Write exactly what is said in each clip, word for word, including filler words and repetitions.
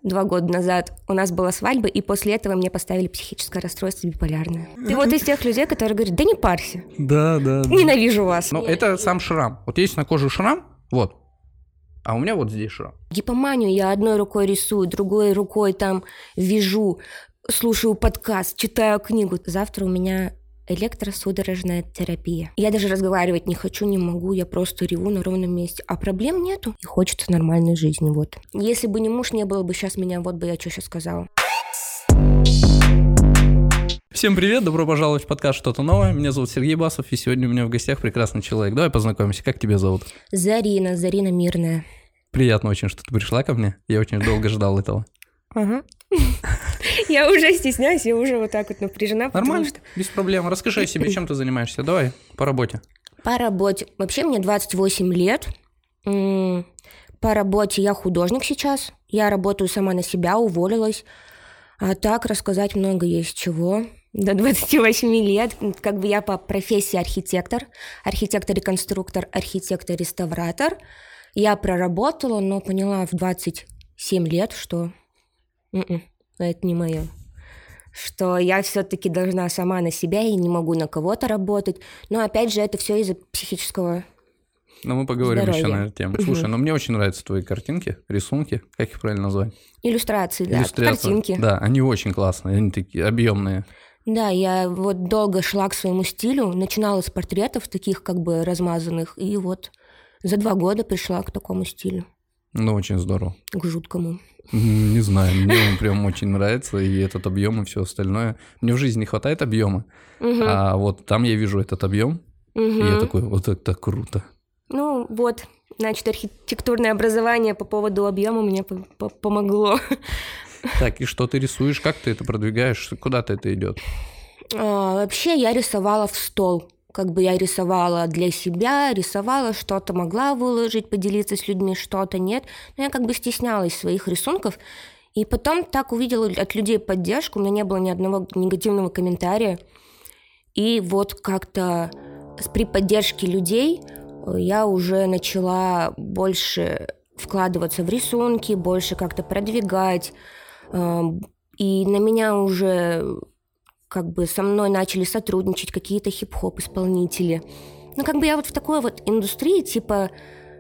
два года назад у нас была свадьба, и после этого мне поставили психическое расстройство биполярное. Ты вот из тех людей, которые говорят, да не парься. Да, да. Ненавижу вас. Ну, это сам шрам. Вот есть на коже шрам, вот, а у меня вот здесь шрам. Гипоманию я одной рукой рисую, другой рукой там вяжу, слушаю подкаст, читаю книгу. Завтра у меня электросудорожная терапия. Я даже разговаривать не хочу, не могу, я просто реву на ровном месте. А проблем нету, и хочется нормальной жизни, вот. Если бы не муж, не было бы сейчас меня, вот бы я что сейчас сказала. Всем привет, добро пожаловать в подкаст «Что-то новое». Меня зовут Сергей Басов, и сегодня у меня в гостях прекрасный человек. Давай познакомимся, как тебя зовут? Зарина, Зарина Мирная. Приятно очень, что ты пришла ко мне, я очень долго ждал этого. Ага. Я уже стесняюсь, я уже вот так вот напряжена. Нормально, что... без проблем. Расскажи о себе, чем ты занимаешься. Давай, по работе. По работе. Вообще мне двадцать восемь лет. По работе я художник сейчас. Я работаю сама на себя, уволилась. А так рассказать много есть чего. До двадцати восьми лет. Как бы я по профессии архитектор. Архитектор-реконструктор, архитектор-реставратор. Я проработала, но поняла в двадцать семь лет, что... Mm-mm, это не мое. Что я все-таки должна сама на себя и не могу на кого-то работать. Но опять же, это все из-за психического Ну, мы поговорим здоровья. еще на эту тему. Слушай, ну мне очень нравятся твои картинки, рисунки, как их правильно назвать? Иллюстрации, да, Иллюстрации. картинки. Да, они очень классные, они такие объемные. Да, я вот долго шла к своему стилю, начинала с портретов таких как бы размазанных, и вот за два года пришла к такому стилю. Ну, очень здорово. К жуткому. Не знаю, мне он прям очень нравится, и этот объем, и все остальное. Мне в жизни не хватает объема, Угу. а вот там я вижу этот объем, Угу. и я такой, вот это круто. Ну вот, значит, архитектурное образование по поводу объема мне по- по- помогло. Так, и что ты рисуешь, как ты это продвигаешь, куда-то это идет? А, вообще я рисовала в стол. Как бы я рисовала для себя, рисовала, что-то могла выложить, поделиться с людьми, что-то нет. Но я как бы стеснялась своих рисунков. И потом так увидела от людей поддержку, у меня не было ни одного негативного комментария. И вот как-то при поддержке людей я уже начала больше вкладываться в рисунки, больше как-то продвигать. И на меня уже... как бы со мной начали сотрудничать какие-то хип-хоп-исполнители. Ну, как бы я вот в такой вот индустрии, типа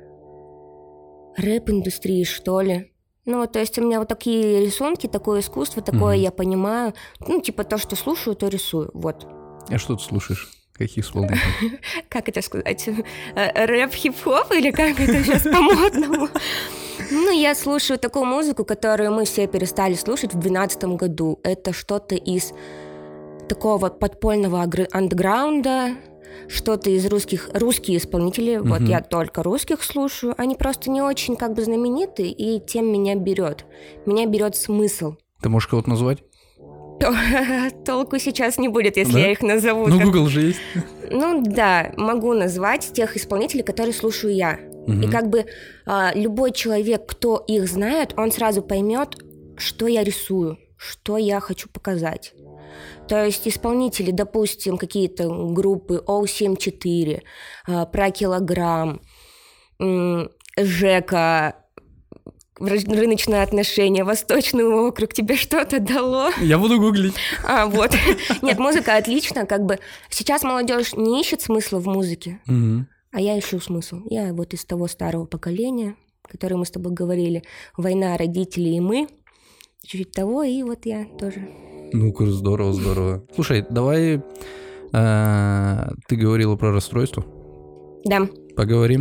рэп-индустрии, что ли. Ну, то есть у меня вот такие рисунки, такое искусство, такое mm-hmm. я понимаю. Ну, типа то, что слушаю, то рисую, вот. А что ты слушаешь? Каких исполнителей? Как это сказать? Рэп, хип-хоп или как это сейчас по-модному? Ну, я слушаю такую музыку, которую мы все перестали слушать в двенадцатом году. Это что-то из... такого подпольного андеграунда, что-то из русских, русские исполнители, mm-hmm. вот я только русских слушаю, они просто не очень как бы знамениты, и тем меня берет. Меня берет смысл. Ты можешь кого-то назвать? Толку сейчас не будет, если да? я их назову. Ну, Google же есть. Ну да, могу назвать тех исполнителей, которые слушаю я. Mm-hmm. И как бы а, любой человек, кто их знает, он сразу поймет, что я рисую, что я хочу показать. То есть исполнители, допустим, какие-то группы О семь четыре, про килограмм, Жека, рыночные отношения, Восточный округ, тебе что-то дало? Я буду гуглить. А, вот. Нет, музыка отлично, как бы сейчас молодежь не ищет смысла в музыке, угу. а я ищу смысл. Я вот из того старого поколения, которое мы с тобой говорили, война, родители и мы, чуть-чуть того, и вот я тоже... Ну, здорово, здорово. Слушай, давай, э, ты говорила про расстройство? Да. Поговорим?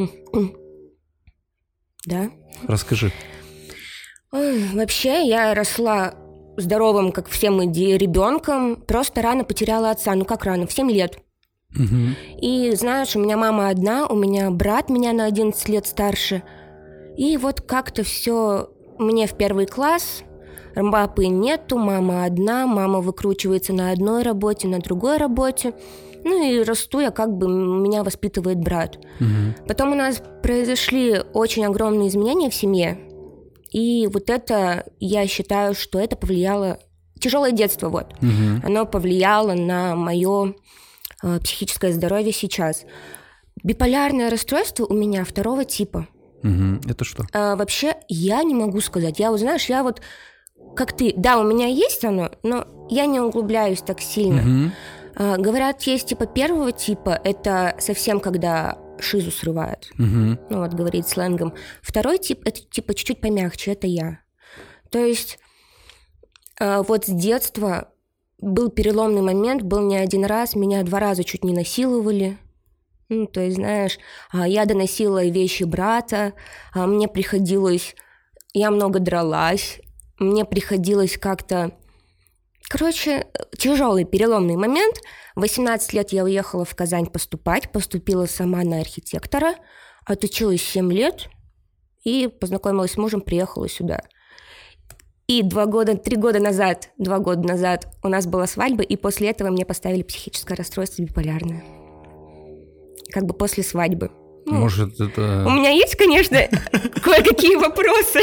Да. Расскажи. Ой, вообще, я росла здоровым, как все мы, ребенком, просто рано потеряла отца. Ну, как рано? В семь лет. Угу. И знаешь, у меня мама одна, у меня брат меня на одиннадцать лет старше. И вот как-то все мне в первый класс... Папы нету, мама одна, мама выкручивается на одной работе, на другой работе. Ну и расту я, как бы меня воспитывает брат. Угу. Потом у нас произошли очень огромные изменения в семье. И вот это, я считаю, что это повлияло... Тяжелое детство, вот. Угу. Оно повлияло на мое э, психическое здоровье сейчас. Биполярное расстройство у меня второго типа. Угу. Это что? А, вообще, я не могу сказать. Я вот, знаешь, я вот, как ты, да, у меня есть оно, но я не углубляюсь так сильно. Угу. А, говорят, есть типа первого типа, это совсем когда шизу срывает. Угу. Ну вот, говорит сленгом. Второй тип, это типа чуть-чуть помягче, это я. То есть а, вот с детства был переломный момент, был не один раз, меня два раза чуть не насиловали. Ну, то есть, знаешь, я доносила вещи брата, мне приходилось... Я много дралась, мне приходилось как-то... Короче, тяжелый переломный момент. В восемнадцать лет я уехала в Казань поступать, поступила сама на архитектора, отучилась семь лет и познакомилась с мужем, приехала сюда. И два года, три года назад, два года назад у нас была свадьба, и после этого мне поставили психическое расстройство биполярное. Как бы после свадьбы. Ну, может, это... У меня есть, конечно, кое-какие вопросы.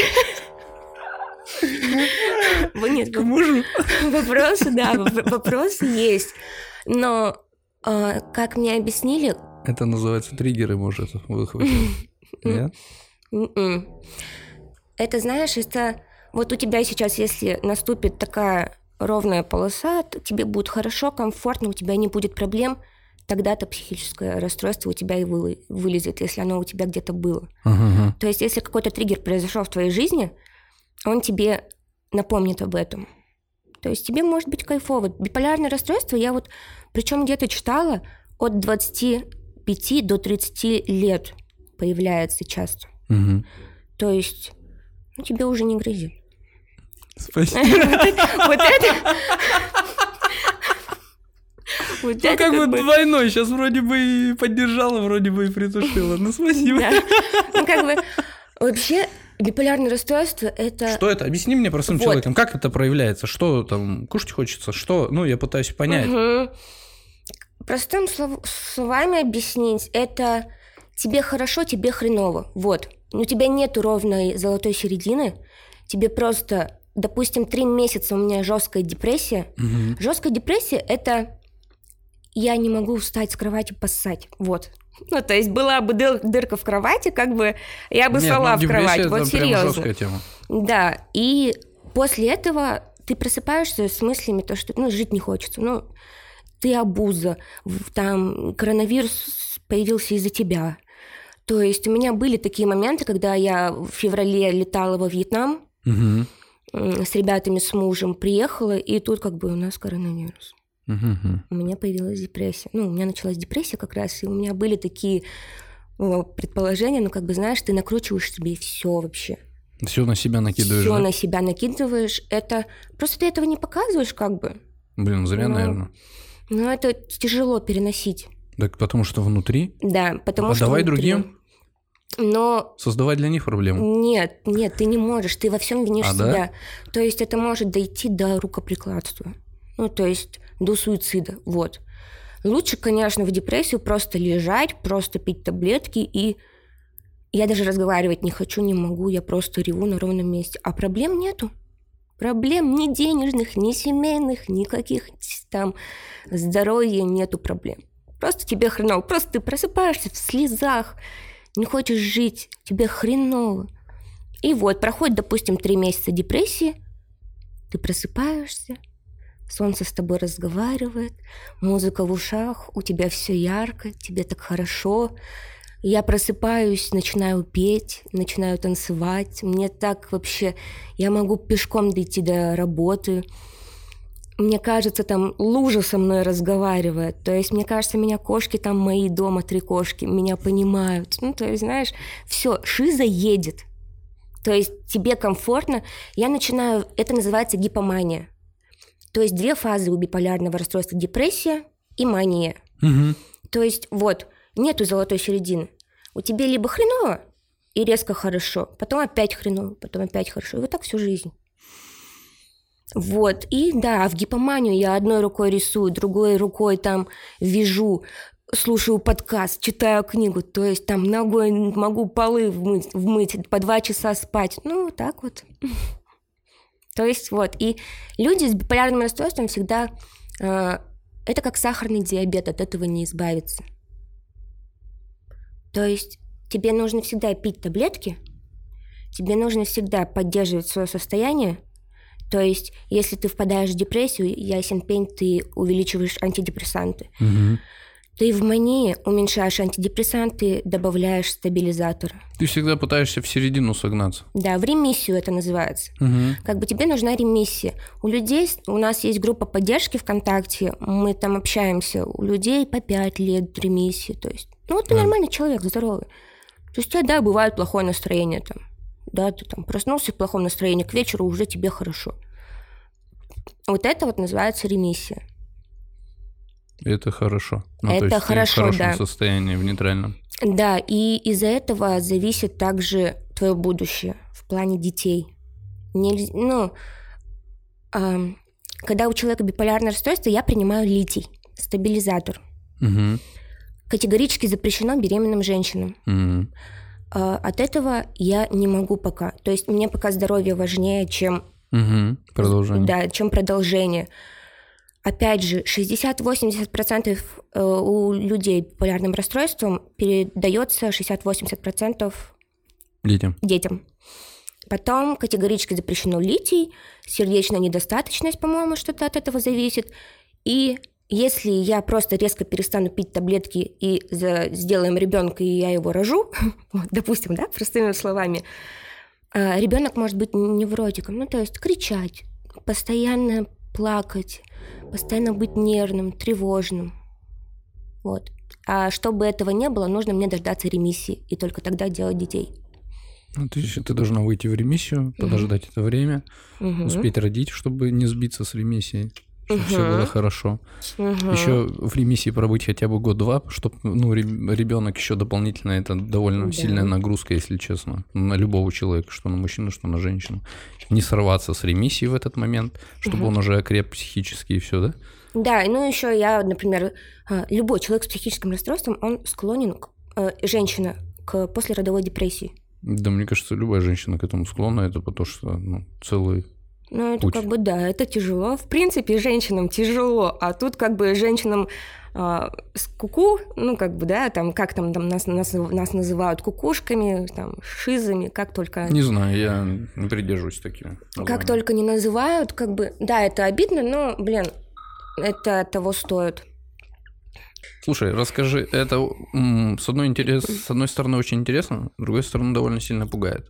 Нет, к мужу? Вопросы, да, вопросы есть. Но, как мне объяснили... Это называется триггеры, может, выхватить. Нет? Это, знаешь, это... Вот у тебя сейчас, если наступит такая ровная полоса, тебе будет хорошо, комфортно, у тебя не будет проблем... Тогда-то психическое расстройство у тебя и вылезет, если оно у тебя где-то было. Uh-huh. То есть, если какой-то триггер произошел в твоей жизни, он тебе напомнит об этом. То есть, тебе может быть кайфово. Биполярное расстройство я вот, причем где-то читала, от двадцати пяти до тридцати лет появляется часто. Uh-huh. То есть, ну, тебе уже не грозит. Спасибо. Вот это... Вот ну, как бы двойной. Сейчас вроде бы и поддержала, вроде бы и притушила. Ну, спасибо. Да. Ну, как бы, вообще, биполярное расстройство – это… Что это? Объясни мне простым вот. человеком, как это проявляется? Что там, кушать хочется? Что? Ну, я пытаюсь понять. Угу. Простым слов... словами объяснить – это тебе хорошо, тебе хреново. Вот. У тебя нету ровной золотой середины. Тебе просто, допустим, три месяца у меня жесткая депрессия. Угу. Жесткая депрессия – это… Я не могу встать с кровати, поссать. Вот. Ну, то есть была бы дыр- дырка в кровати, как бы я бы спала ну, в кровати. Вот серьезно. Жесткая тема. Да. И после этого ты просыпаешься с мыслями, то, что ну, жить не хочется. Ну, ты обуза. Там коронавирус появился из-за тебя. То есть у меня были такие моменты, когда я в феврале летала во Вьетнам угу. с ребятами, с мужем, приехала, и тут как бы у нас коронавирус. Uh-huh. У меня появилась депрессия. Ну, у меня началась депрессия как раз, и у меня были такие ну, предположения, ну, как бы, знаешь, ты накручиваешь себе все вообще. Все на себя накидываешь, Все да? на себя накидываешь. Это... Просто ты этого не показываешь, как бы. Блин, зря, ну, наверное. Ну, это тяжело переносить. Так потому что внутри? Да, потому а что давай внутри. другим? Но... Создавать для них проблемы? Нет, нет, ты не можешь, ты во всем винишь а, себя. Да? То есть это может дойти до рукоприкладства. Ну, то есть до суицида, вот. Лучше, конечно, в депрессию просто лежать, просто пить таблетки, и я даже разговаривать не хочу, не могу, я просто реву на ровном месте. А проблем нету. Проблем ни денежных, ни семейных, никаких там здоровья нету проблем. Просто тебе хреново, просто ты просыпаешься в слезах, не хочешь жить, тебе хреново. И вот, проходит, допустим, три месяца депрессии, ты просыпаешься, солнце с тобой разговаривает, музыка в ушах, у тебя все ярко, тебе так хорошо. Я просыпаюсь, начинаю петь, начинаю танцевать. Мне так вообще... Я могу пешком дойти до работы. Мне кажется, там лужа со мной разговаривает. То есть, мне кажется, меня кошки там мои дома, три кошки, меня понимают. Ну, то есть, знаешь, все, шиза едет. То есть, тебе комфортно. Я начинаю... Это называется гипомания. То есть две фазы у биполярного расстройства: депрессия и мания. Угу. То есть вот, нету золотой середины. У тебя либо хреново и резко хорошо, потом опять хреново, потом опять хорошо. И вот так всю жизнь. Вот, и да, в гипоманию я одной рукой рисую, другой рукой там вяжу, слушаю подкаст, читаю книгу, то есть там ногой могу полы вмыть, вмыть по два часа спать. Ну, так вот. То есть вот, и люди с биполярным расстройством всегда... Э, это как сахарный диабет, от этого не избавиться. То есть тебе нужно всегда пить таблетки, тебе нужно всегда поддерживать свое состояние. То есть, если ты впадаешь в депрессию, ясен пень, ты увеличиваешь антидепрессанты. Угу. Ты в мании уменьшаешь антидепрессанты, добавляешь стабилизатор. Ты всегда пытаешься в середину согнаться. Да, в ремиссию это называется. Угу. Как бы тебе нужна ремиссия. У людей, у нас есть группа поддержки ВКонтакте, мы там общаемся, у людей по пять лет ремиссии. То есть, ну вот ты Да. нормальный человек, здоровый. То есть у тебя, да, бывает плохое настроение там. Да, ты там проснулся в плохом настроении, к вечеру уже тебе хорошо. Вот это вот называется ремиссия. Это хорошо. Ну, Это то есть хорошо, ты в хорошем да. состоянии, в нейтральном. Да, и из-за этого зависит также твое будущее в плане детей. Нельзя, ну, а, когда у человека биполярное расстройство, я принимаю литий, стабилизатор. Угу. Категорически запрещено беременным женщинам. Угу. А, от этого я не могу пока. То есть мне пока здоровье важнее, чем, Угу. Продолжение. да, чем продолжение. Опять же, шестьдесят-восемьдесят процентов у людей с биполярным расстройством передается шестьдесят-восемьдесят процентов Детям. детям. Потом категорически запрещено литий, сердечная недостаточность, по-моему, что-то от этого зависит. И если я просто резко перестану пить таблетки и за... сделаем ребенка, и я его рожу, вот, допустим, да, простыми словами, ребенок может быть невротиком, ну, то есть кричать, постоянно плакать, постоянно быть нервным, тревожным. Вот. А чтобы этого не было, нужно мне дождаться ремиссии, и только тогда делать детей. Ну, то есть ты должна выйти в ремиссию, подождать угу. это время, угу. успеть родить, чтобы не сбиться с ремиссией, чтобы угу. все было хорошо. Угу. Еще в ремиссии пробыть хотя бы год-два, чтобы ну, ребенок еще дополнительно, это довольно да. сильная нагрузка, если честно, на любого человека, что на мужчину, что на женщину. Не сорваться с ремиссии в этот момент, чтобы угу. он уже окреп психически и все, да? Да, ну еще я, например, любой человек с психическим расстройством, он склонен, к, женщина, к послеродовой депрессии. Да, мне кажется, любая женщина к этому склонна, это потому что ну, целый Ну, это путь. как бы, да, это тяжело. В принципе, женщинам тяжело, а тут как бы женщинам э, с куку, ну, как бы, да, там, как там, там нас, нас, нас называют кукушками, там, шизами, как только... Не знаю, я не придерживаюсь такими. Как только не называют, как бы, да, это обидно, но, блин, это того стоит. Слушай, расскажи, это с одной, интерес, с одной стороны очень интересно, с другой стороны довольно сильно пугает.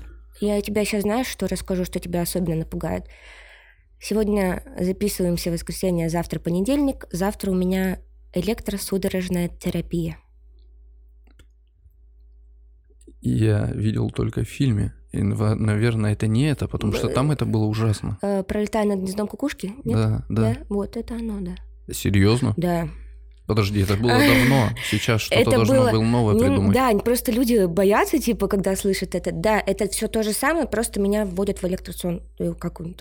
Я тебя сейчас, знаешь, что расскажу, что тебя особенно напугает? Сегодня записываемся в воскресенье, завтра понедельник, завтра у меня электросудорожная терапия. Я видел только в фильме, и, наверное, это не это, потому что там это было ужасно. «Пролетая над гнездом кукушки»? Нет? Да, да, да. Вот, это оно, да. Серьезно? Да. Подожди, это было давно, сейчас что-то это должно было, было новое ну, придумать. Да, просто люди боятся, типа, когда слышат это. Да, это все то же самое, просто меня вводят в электросон, как он,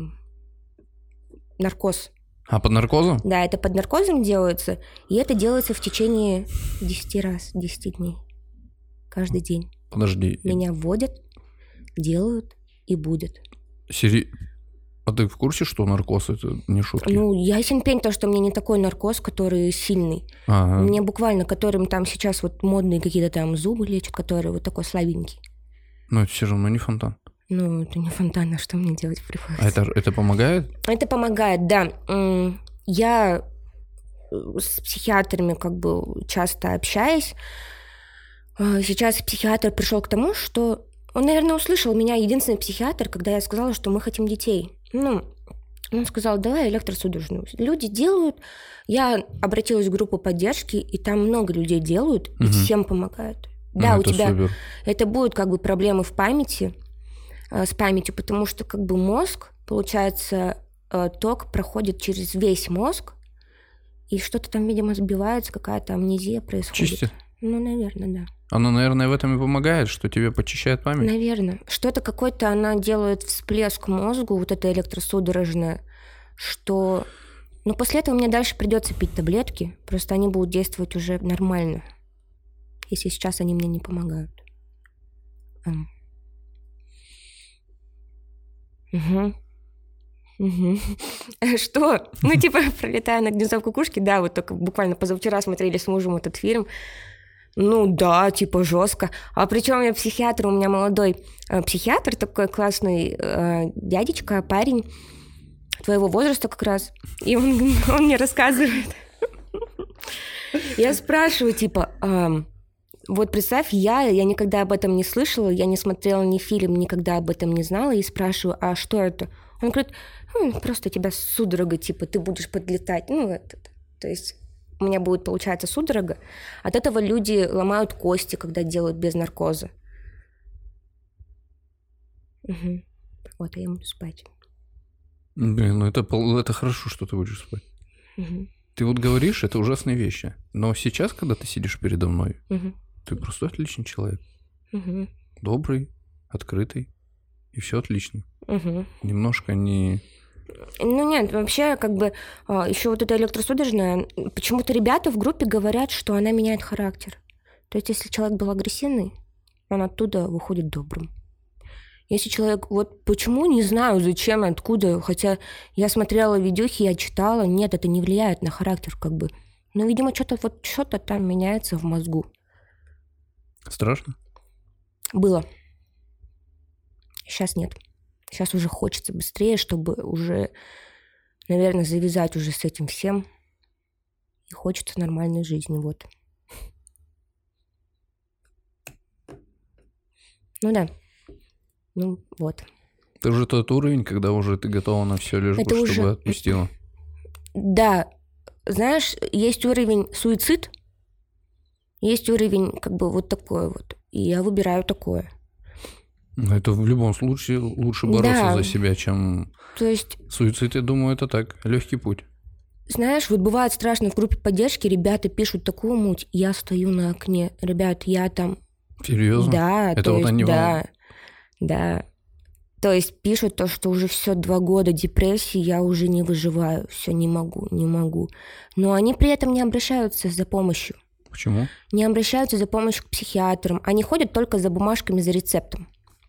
наркоз. А, под наркозом? Да, это под наркозом делается, и это делается в течение десяти раз, десяти дней. Каждый день. Подожди. Меня вводят, делают и будет. Сери... А ты в курсе, что наркоз – это не шутки? Ну, ясен пень, то, что мне не такой наркоз, который сильный. Ага. Мне буквально, которым там сейчас вот модные какие-то там зубы лечат, которые вот такой слабенький. Но это все равно не фонтан. Ну, это не фонтан, а что мне делать приходится? А это, это помогает? Это помогает, да. Я с психиатрами как бы часто общаюсь. Сейчас психиатр пришел к тому, что... Он, наверное, услышал меня, единственный психиатр, когда я сказала, что мы хотим детей. Ну, он сказал, давай электросудорожную. Люди делают. Я обратилась в группу поддержки, и там много людей делают, угу. и всем помогают. Да, ну, у тебя супер. Это будут как бы проблемы в памяти, э, с памятью, потому что как бы мозг, получается, э, ток проходит через весь мозг, и что-то там, видимо, сбивается, какая-то амнезия происходит. Чистит? Ну, наверное, да. Она, наверное, в этом и помогает, что тебе почищает память? Наверное. Что-то какое-то она делает всплеск мозгу, вот это электросудорожное, что... Но после этого мне дальше придется пить таблетки, просто они будут действовать уже нормально, если сейчас они мне не помогают. Угу. Угу. Что? Ну, типа, «Пролетая над гнездом кукушки», да, вот только буквально позавчера смотрели с мужем этот фильм. Ну да, типа жестко. А причем я психиатр, у меня молодой э, психиатр, такой классный э, дядечка, парень твоего возраста как раз. И он, он мне рассказывает. Я спрашиваю, типа, э, вот представь, я, я никогда об этом не слышала, я не смотрела ни фильм, никогда об этом не знала, и спрашиваю, а что это? Он говорит, ну, просто тебя судорога, типа, ты будешь подлетать. Ну, это, то есть у меня будет, получается, судорога. От этого люди ломают кости, когда делают без наркоза. Угу. Вот, а я буду спать. Блин, ну это, это хорошо, что ты будешь спать. Угу. Ты вот говоришь, это ужасные вещи. Но сейчас, когда ты сидишь передо мной, угу. ты просто отличный человек. Угу. Добрый, открытый. И все отлично. Угу. Немножко не... Ну нет, вообще, как бы, еще вот эта электросудорожная, почему-то ребята в группе говорят, что она меняет характер. То есть, если человек был агрессивный, он оттуда выходит добрым. Если человек, вот почему, не знаю, зачем, откуда, хотя я смотрела видюхи, я читала, нет, это не влияет на характер, как бы. Но, видимо, что-то вот что-то там меняется в мозгу. Страшно? Было. Сейчас нет. Сейчас уже хочется быстрее, чтобы уже, наверное, завязать уже с этим всем. И хочется нормальной жизни, вот. Ну да. Ну вот. Это уже тот уровень, когда уже ты готова на все, лишь бы, чтобы уже... отпустила. Да. Знаешь, есть уровень суицид, есть уровень как бы вот такой вот. И я выбираю такое. Это в любом случае лучше бороться да. за себя, чем То есть... суицид, я думаю, это так, легкий путь. Знаешь, вот бывает страшно, в группе поддержки ребята пишут такую муть, я стою на окне, ребят, я там... Серьезно? Да, это то вот есть, они да, вам... да. То есть пишут то, что уже все два года депрессии, я уже не выживаю, все не могу, не могу. Но они при этом не обращаются за помощью. Почему? Не обращаются за помощью к психиатрам, они ходят только за бумажками, за рецептом.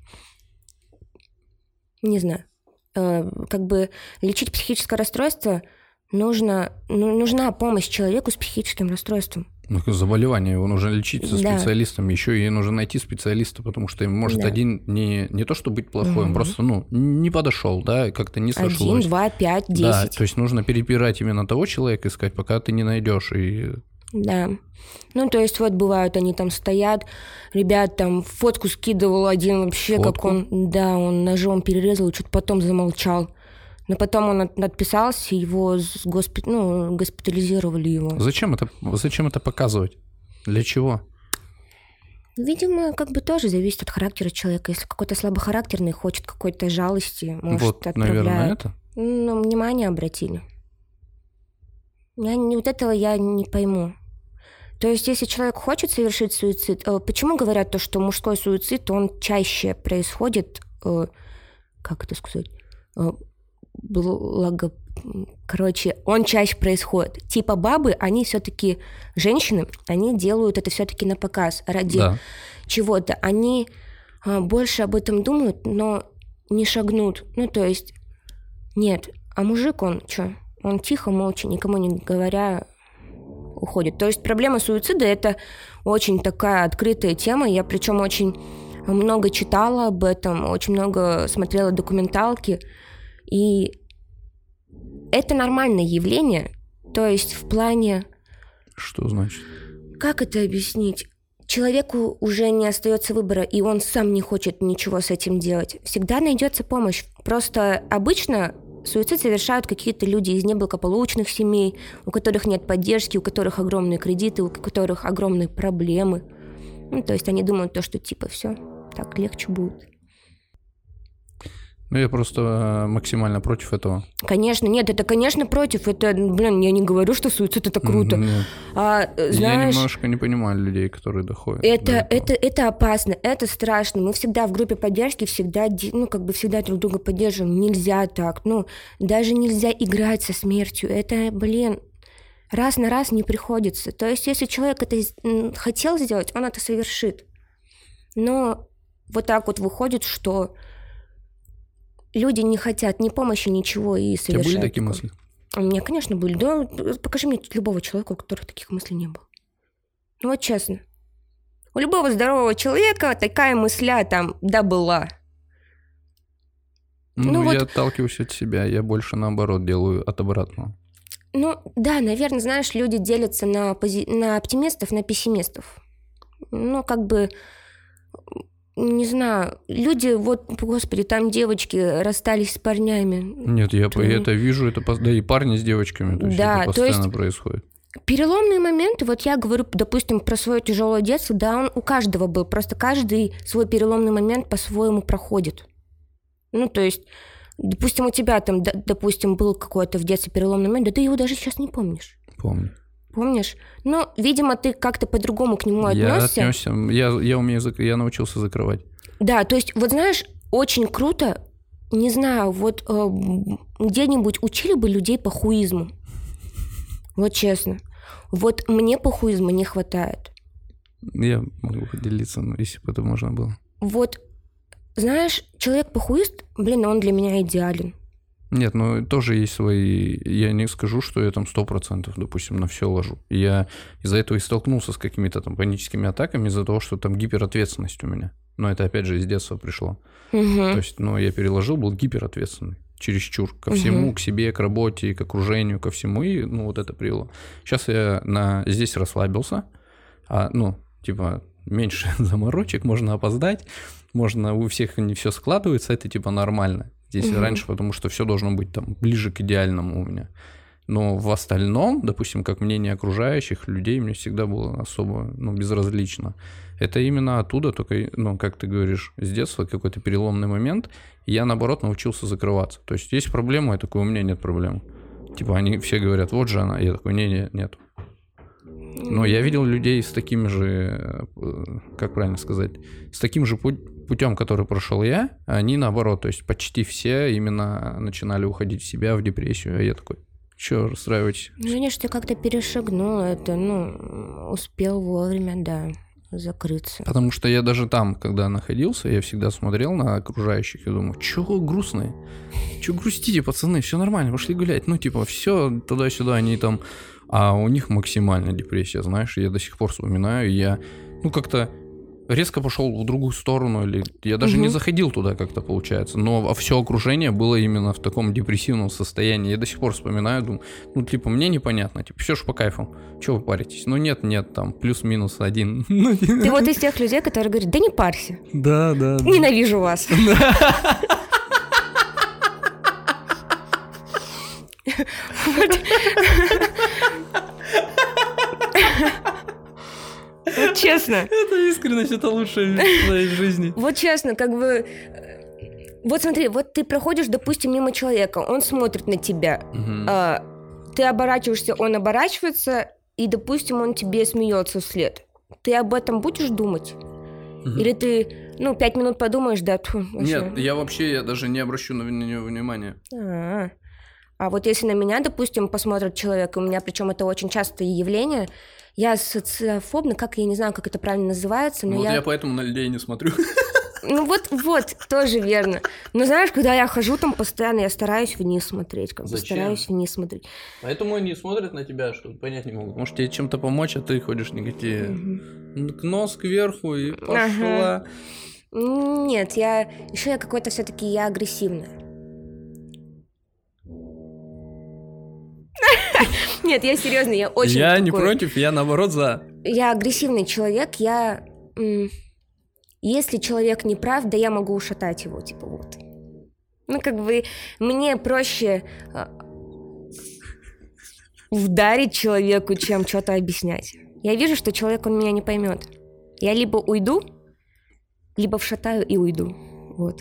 Не знаю. Э, как бы лечить психическое расстройство нужно, ну, нужна помощь человеку с психическим расстройством. Ну, заболевание, его нужно лечить со да. специалистом, еще и нужно найти специалиста, потому что может да. один не, не то, что быть плохой, угу. он просто ну, не подошел, да, как-то не сошлось. Один, два, пять, десять. Да, то есть нужно перебирать именно того человека, искать, пока ты не найдешь. И... Да. Ну, то есть вот бывают, они там стоят, ребят там фотку скидывал один вообще, фотку? Как он, да, он ножом перерезал, и что-то потом замолчал. Но потом он отписался, его госпи... ну, госпитализировали его. Зачем это, зачем это показывать? Для чего? Видимо, как бы тоже зависит от характера человека. Если какой-то слабохарактерный хочет какой-то жалости, может, вот, отправляет. Наверное, это? Ну, внимание обратили. Я, вот этого я не пойму. То есть, если человек хочет совершить суицид, почему говорят то, что мужской суицид, он чаще происходит, как это сказать, благо... Короче, он чаще происходит. Типа бабы, они все-таки, женщины, они делают это все-таки на показ ради да. чего-то. Они больше об этом думают, но не шагнут. Ну, то есть, нет. А мужик, он что? Он тихо, молча, никому не говоря, уходит. То есть проблема суицида – это очень такая открытая тема. Я причем очень много читала об этом, очень много смотрела документалки. И это нормальное явление. То есть в плане... Что значит? Как это объяснить? Человеку уже не остается выбора, и он сам не хочет ничего с этим делать. Всегда найдется помощь. Просто обычно суицид совершают какие-то люди из неблагополучных семей, у которых нет поддержки, у которых огромные кредиты, у которых огромные проблемы. Ну, то есть они думают то, что типа все, так легче будет. Ну, я просто максимально против этого. Конечно, нет, это, конечно, против. Это, блин, я не говорю, что суицид – это круто. Нет. А, знаешь, я немножко не понимаю людей, которые доходят. Это, это, это опасно, это страшно. Мы всегда в группе поддержки, всегда, ну, как бы всегда друг друга поддерживаем. Нельзя так, ну, даже нельзя играть со смертью. Это, блин, раз на раз не приходится. То есть, если человек это хотел сделать, он это совершит. Но вот так вот выходит, что... Люди не хотят ни помощи, ничего и совершают. У тебя были такие мысли? У меня, конечно, были. Да, покажи мне любого человека, у которого таких мыслей не было. Ну вот честно. У любого здорового человека такая мысля там, да, была. Ну, ну я вот... отталкиваюсь от себя, я больше наоборот делаю от обратного. Ну, да, наверное, знаешь, люди делятся на, пози... на оптимистов, на пессимистов. Ну, как бы, не знаю, люди, вот, господи, там девочки расстались с парнями. Нет, я, то... я это вижу, это, да и парни с девочками, то есть да, это постоянно то есть... происходит. Переломные моменты, вот я говорю, допустим, про свое тяжелое детство, да, он у каждого был, просто каждый свой переломный момент по-своему проходит. Ну, то есть, допустим, у тебя там, допустим, был какой-то в детстве переломный момент, да ты его даже сейчас не помнишь. Помню. Помнишь? Ну, видимо, ты как-то по-другому к нему отнесся. Я отнесся, я, я умею, я научился закрывать. Да, то есть, вот знаешь, очень круто, не знаю, вот э, где-нибудь учили бы людей похуизму. Вот честно. Вот мне похуизма не хватает. Я могу поделиться, но если бы это можно было. Вот, знаешь, человек-похуист, блин, он для меня идеален. Нет, ну тоже есть свои... Я не скажу, что я там сто процентов, допустим, на все ложу. Я из-за этого и столкнулся с какими-то там паническими атаками, из-за того, что там гиперответственность у меня. Но это, опять же, из детства пришло. Угу. То есть, ну, я переложил, был гиперответственный. Чересчур ко всему, угу. к себе, к работе, к окружению, ко всему. И, ну, вот это привело. Сейчас я на... здесь расслабился. А, ну, типа, меньше заморочек, можно опоздать. Можно, у всех не все складывается, это, типа, нормально. Здесь угу. раньше, потому что все должно быть там ближе к идеальному у меня. Но в остальном, допустим, как мнение окружающих людей, мне всегда было особо, ну, безразлично. Это именно оттуда, только, ну, как ты говоришь, с детства какой-то переломный момент, и я, наоборот, научился закрываться. То есть есть проблема, я такой, у меня нет проблем. Типа они все говорят, вот же она, я такой, не-не, нет. Но я видел людей с такими же, как правильно сказать, с таким же путем, который прошел я, они наоборот, то есть почти все именно начинали уходить в себя, в депрессию, а я такой, что расстраиваетесь? Ну, конечно, ты как-то перешагнул это, ну, успел вовремя, да, закрыться. Потому что я даже там, когда находился, я всегда смотрел на окружающих и думаю, чего грустные? Чего грустите, пацаны, все нормально, пошли гулять. Ну, типа, все туда-сюда, они там... А у них максимальная депрессия, знаешь, я до сих пор вспоминаю, я, ну, как-то резко пошел в другую сторону, или я даже угу. не заходил туда как-то, получается, но все окружение было именно в таком депрессивном состоянии, я до сих пор вспоминаю, думаю, ну, типа, мне непонятно, типа, все ж по кайфу, чего вы паритесь? Ну, нет, нет, там, плюс-минус один. Ты вот из тех людей, которые говорят, да не парься. Да, да. Ненавижу вас. Вот честно. Это искренность, это лучшее в своей жизни. Вот честно, как бы... Вот смотри, вот ты проходишь, допустим, мимо человека, он смотрит на тебя, угу. а, ты оборачиваешься, он оборачивается, и, допустим, он тебе смеется вслед. Ты об этом будешь думать? Угу. Или ты, ну, пять минут подумаешь, да? Тьфу, нет, я вообще я даже не обращу на него внимания. А-а-а. А вот если на меня, допустим, посмотрит человек, у меня, причем это очень частое явление, я социофобна, как я не знаю, как это правильно называется, но вот я... я поэтому на людей не смотрю. Ну вот, вот, тоже верно. Но знаешь, когда я хожу там постоянно, я стараюсь вниз смотреть, как бы стараюсь вниз смотреть. Поэтому они смотрят на тебя, что понять не могут. Может тебе чем-то помочь, а ты ходишь негатив. Угу. Нос кверху и пошла. Ага. Нет, я еще я какой-то все-таки я агрессивная. Нет, я серьезно, я очень Я такой... не против, я наоборот за. Я агрессивный человек, я... Если человек не прав, да я могу ушатать его, типа вот. Ну, как бы, мне проще вдарить человеку, чем что-то объяснять. Я вижу, что человек, он меня не поймет. Я либо уйду, либо вшатаю и уйду. Вот.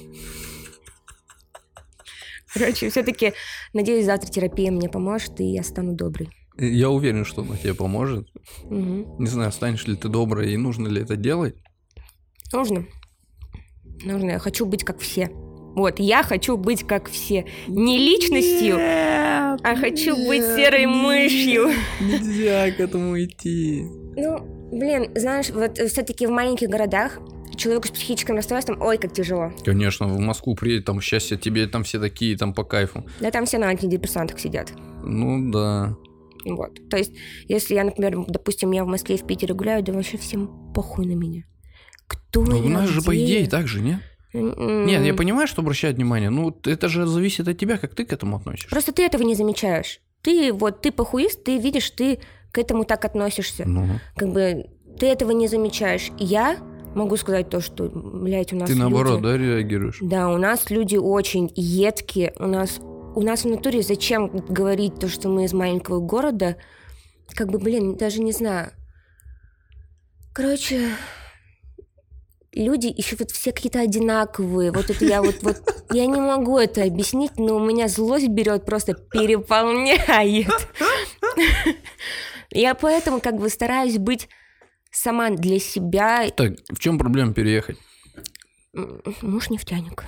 Короче, все-таки, надеюсь, завтра терапия мне поможет, и я стану доброй. Я уверен, что она тебе поможет. Угу. Не знаю, станешь ли ты доброй, и нужно ли это делать. Нужно. Нужно. Я хочу быть как все. Вот, я хочу быть как все. Не личностью, нет, а хочу нет, быть серой нет, мышью. Нельзя к этому идти. Ну, блин, знаешь, вот все-таки в маленьких городах человеку с психическим расстройством, ой, как тяжело. Конечно, в Москву приедет, там счастье тебе, там все такие, там по кайфу. Да там все на антидепрессантах сидят. Ну да. Вот. То есть, если я, например, допустим, я в Москве, в Питере гуляю, да вообще всем похуй на меня. Кто ну, я, у нас где? же, по идее, так же, нет? Mm-mm. Нет, я понимаю, что обращать внимание, ну, это же зависит от тебя, как ты к этому относишься. Просто ты этого не замечаешь. Ты вот, ты похуист, ты видишь, ты к этому так относишься. Ну. Как бы ты этого не замечаешь. Я могу сказать то, что, блядь, у нас Ты люди... наоборот, да, реагируешь? Да, у нас люди очень едкие. У нас, у нас в натуре зачем говорить то, что мы из маленького города? Как бы, блин, даже не знаю. Короче, люди еще вот все какие-то одинаковые. Вот это я вот, вот я не могу это объяснить, но у меня злость берет, просто переполняет. Я поэтому как бы стараюсь быть сама для себя. Так, в чем проблема переехать? Муж нефтяник.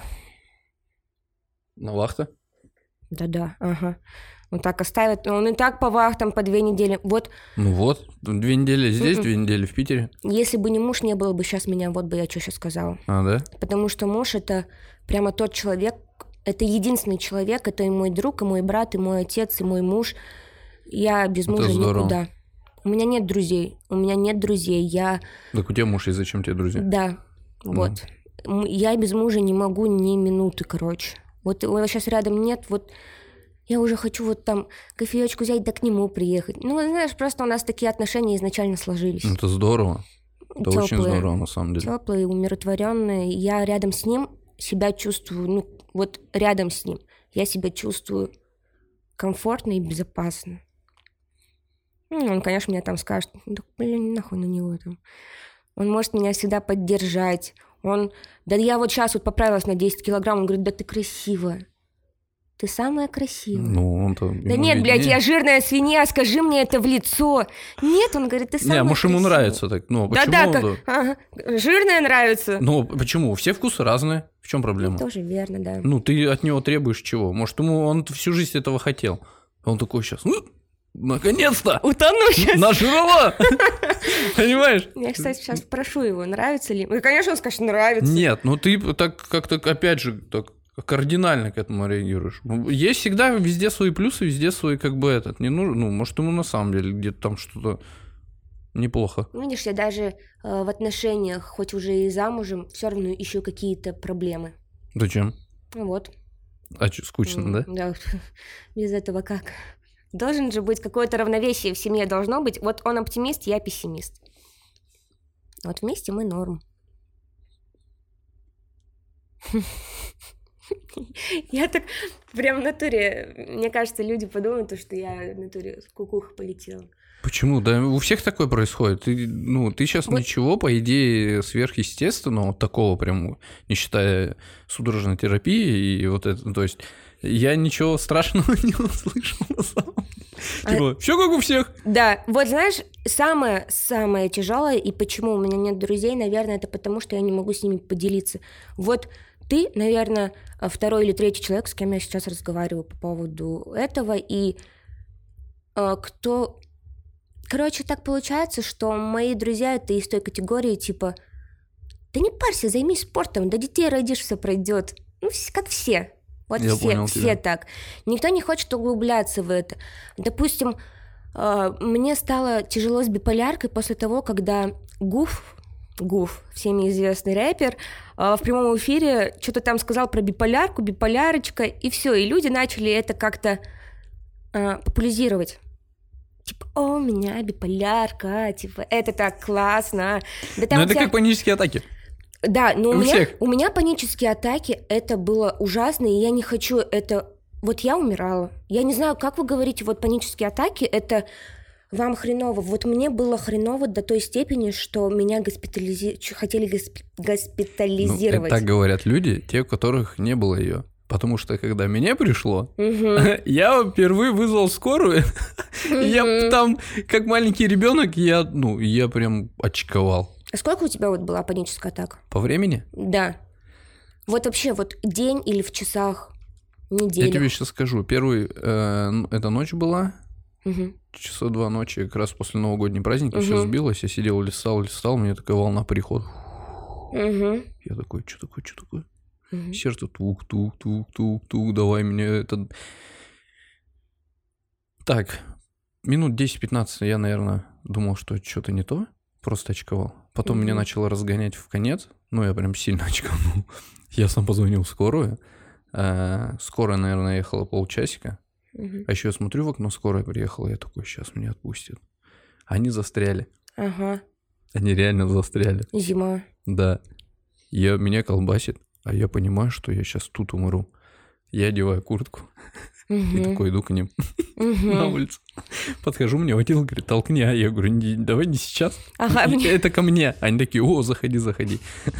На вахту? Да-да, ага. Он так оставит. Он и так по вахтам по две недели. Вот. Ну вот, две недели здесь, Mm-mm. две недели в Питере. Если бы не муж, не было бы сейчас меня, вот бы я что сейчас сказала. А, да? Потому что муж — это прямо тот человек, это единственный человек, это и мой друг, и мой брат, и мой отец, и мой муж. Я без Это мужа здорово. никуда. У меня нет друзей. У меня нет друзей. Я... Так у тебя муж есть, зачем тебе друзья? Да, вот. М, Я без мужа не могу ни минуты, короче. Вот его сейчас рядом нет, вот я уже хочу вот там кофеечку взять, да к нему приехать. Ну, знаешь, просто у нас такие отношения изначально сложились. Это здорово. Это Тёплые, очень здорово, на самом деле. Теплые, умиротворенные. Я рядом с ним себя чувствую, ну, вот рядом с ним я себя чувствую комфортно и безопасно. Ну, он, конечно, мне там скажет, да, блин, нахуй на него там. Он может меня всегда поддержать. Он, да я вот сейчас вот поправилась на десять килограмм, он говорит, да ты красивая. Ты самая красивая. Ну, он-то... Да нет, блядь, я жирная свинья, скажи мне это в лицо. Нет, он говорит, ты самая Не, может, ему красивая. нравится так. Ну, почему? Да-да, он- как- ага, жирная нравится. Ну, почему? Все вкусы разные. В чем проблема? Тоже верно, да. Ну, ты от него требуешь чего? Может, ему он всю жизнь этого хотел. А он такой сейчас, ну, наконец-то! Утону сейчас. Нажрала! Понимаешь? Я, кстати, сейчас спрошу его, нравится ли. Ну, конечно, он скажет, нравится. Нет, ну ты так как-то, опять же, так кардинально к этому реагируешь. Есть всегда везде свои плюсы, везде свои как бы этот. Не нужно, ну, может, ему на самом деле где-то там что-то неплохо. Видишь, я даже э, в отношениях, хоть уже и замужем, все равно ищу какие-то проблемы. Зачем? Ну вот. А что, скучно, М, да? Да, без этого как? Должен же быть какое-то равновесие в семье, должно быть. Вот он оптимист, я пессимист. Вот вместе мы норм. Я так прям в натуре, мне кажется, люди подумают, что я в натуре в кукуху полетела. Почему? Да у всех такое происходит. Ты, ну, ты сейчас Вот. ничего, по идее, сверхъестественного, вот такого прям, не считая судорожной терапии и вот это, то есть я ничего страшного не услышал на самом деле. А- Типа, все как у всех. Да, вот знаешь, самое-самое тяжелое, и почему у меня нет друзей, наверное, это потому, что я не могу с ними поделиться. Вот ты, наверное, второй или третий человек, с кем я сейчас разговариваю по поводу этого, и э, кто... Короче, так получается, что мои друзья — это из той категории, типа, да не парься, займись спортом, да детей родишь, все пройдет. Ну, вс- как все. Вот Я все, понял все тебя. так. Никто не хочет углубляться в это. Допустим, э, мне стало тяжело с биполяркой после того, когда Гуф, Гуф, всеми известный рэпер, э, в прямом эфире что-то там сказал про биполярку, биполярочка, и все, и люди начали это как-то э, популяризировать. Типа, о, у меня биполярка, типа, это так классно. Да, там Ну, у это тебя- как панические атаки. Да, но у, У меня, всех. у меня панические атаки, это было ужасно, и я не хочу это... Вот я умирала. Я не знаю, как вы говорите, вот панические атаки, это вам хреново. Вот мне было хреново до той степени, что меня госпитализи... ч- хотели госп- Ну, госпитализировать. это так говорят люди, те, у которых не было ее. Потому что когда мне пришло, Мгм. я впервые вызвал скорую. Я Мгм. там, как маленький ребенок, я, ну, я прям очковал. А сколько у тебя вот была паническая атака? По времени? Да. Вот вообще, вот день или в часах, Я неделю? тебе сейчас скажу. Первый, э, ну, эта ночь была, Мгм. часа два ночи, как раз после новогодней праздники, все Мгм. сбилось, я сидел, листал, листал, у меня такая волна прихода. Мгм. Я такой, что такое, что такое? Мгм. Сердце тук-тук-тук-тук-тук, давай мне это... Так, минут десять-пятнадцать я, наверное, думал, что что-то не то, просто очковал. Потом mm-hmm. меня начало разгонять в конец, ну, я прям сильно очковал. Я сам позвонил в скорую. А, скорая, наверное, ехала полчасика. Mm-hmm. А еще я смотрю в окно, скорая приехала, я такой, сейчас меня отпустят. Они застряли. Ага. Они реально застряли. Зима. Да. Я, меня колбасит, а я понимаю, что я сейчас тут умру. Я одеваю куртку uh-huh. и такой иду к ним uh-huh. на улицу. Подхожу, мне водитель говорит, толкни, а я говорю, не, давай не сейчас. Ага, мне... Это ко мне. Они такие, о, заходи, заходи.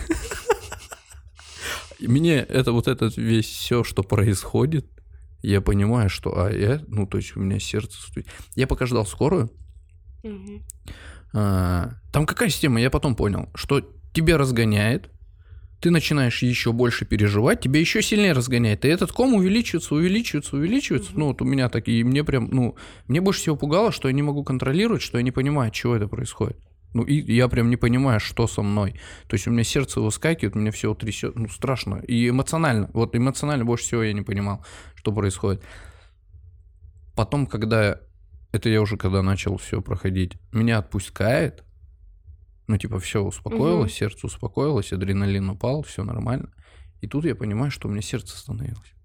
Мне это вот это весь все, что происходит, я понимаю, что, а я, ну, то есть у меня сердце стоит. Я пока ждал скорую. Uh-huh. А, там какая система, я потом понял, что тебя разгоняет, ты начинаешь еще больше переживать, тебя еще сильнее разгоняет. И этот ком увеличивается, увеличивается, увеличивается. Mm-hmm. Ну, вот у меня так, и мне прям, ну, мне больше всего пугало, что я не могу контролировать, что я не понимаю, от чего это происходит. Ну, и я прям не понимаю, что со мной. То есть у меня сердце выскакивает, у меня все трясет, ну, страшно. И эмоционально, вот эмоционально больше всего я не понимал, что происходит. Потом, когда, это я уже когда начал все проходить, меня отпускает. Ну, типа, все успокоилось, угу. сердце успокоилось, адреналин упал, все нормально. И тут я понимаю, что у меня сердце остановилось.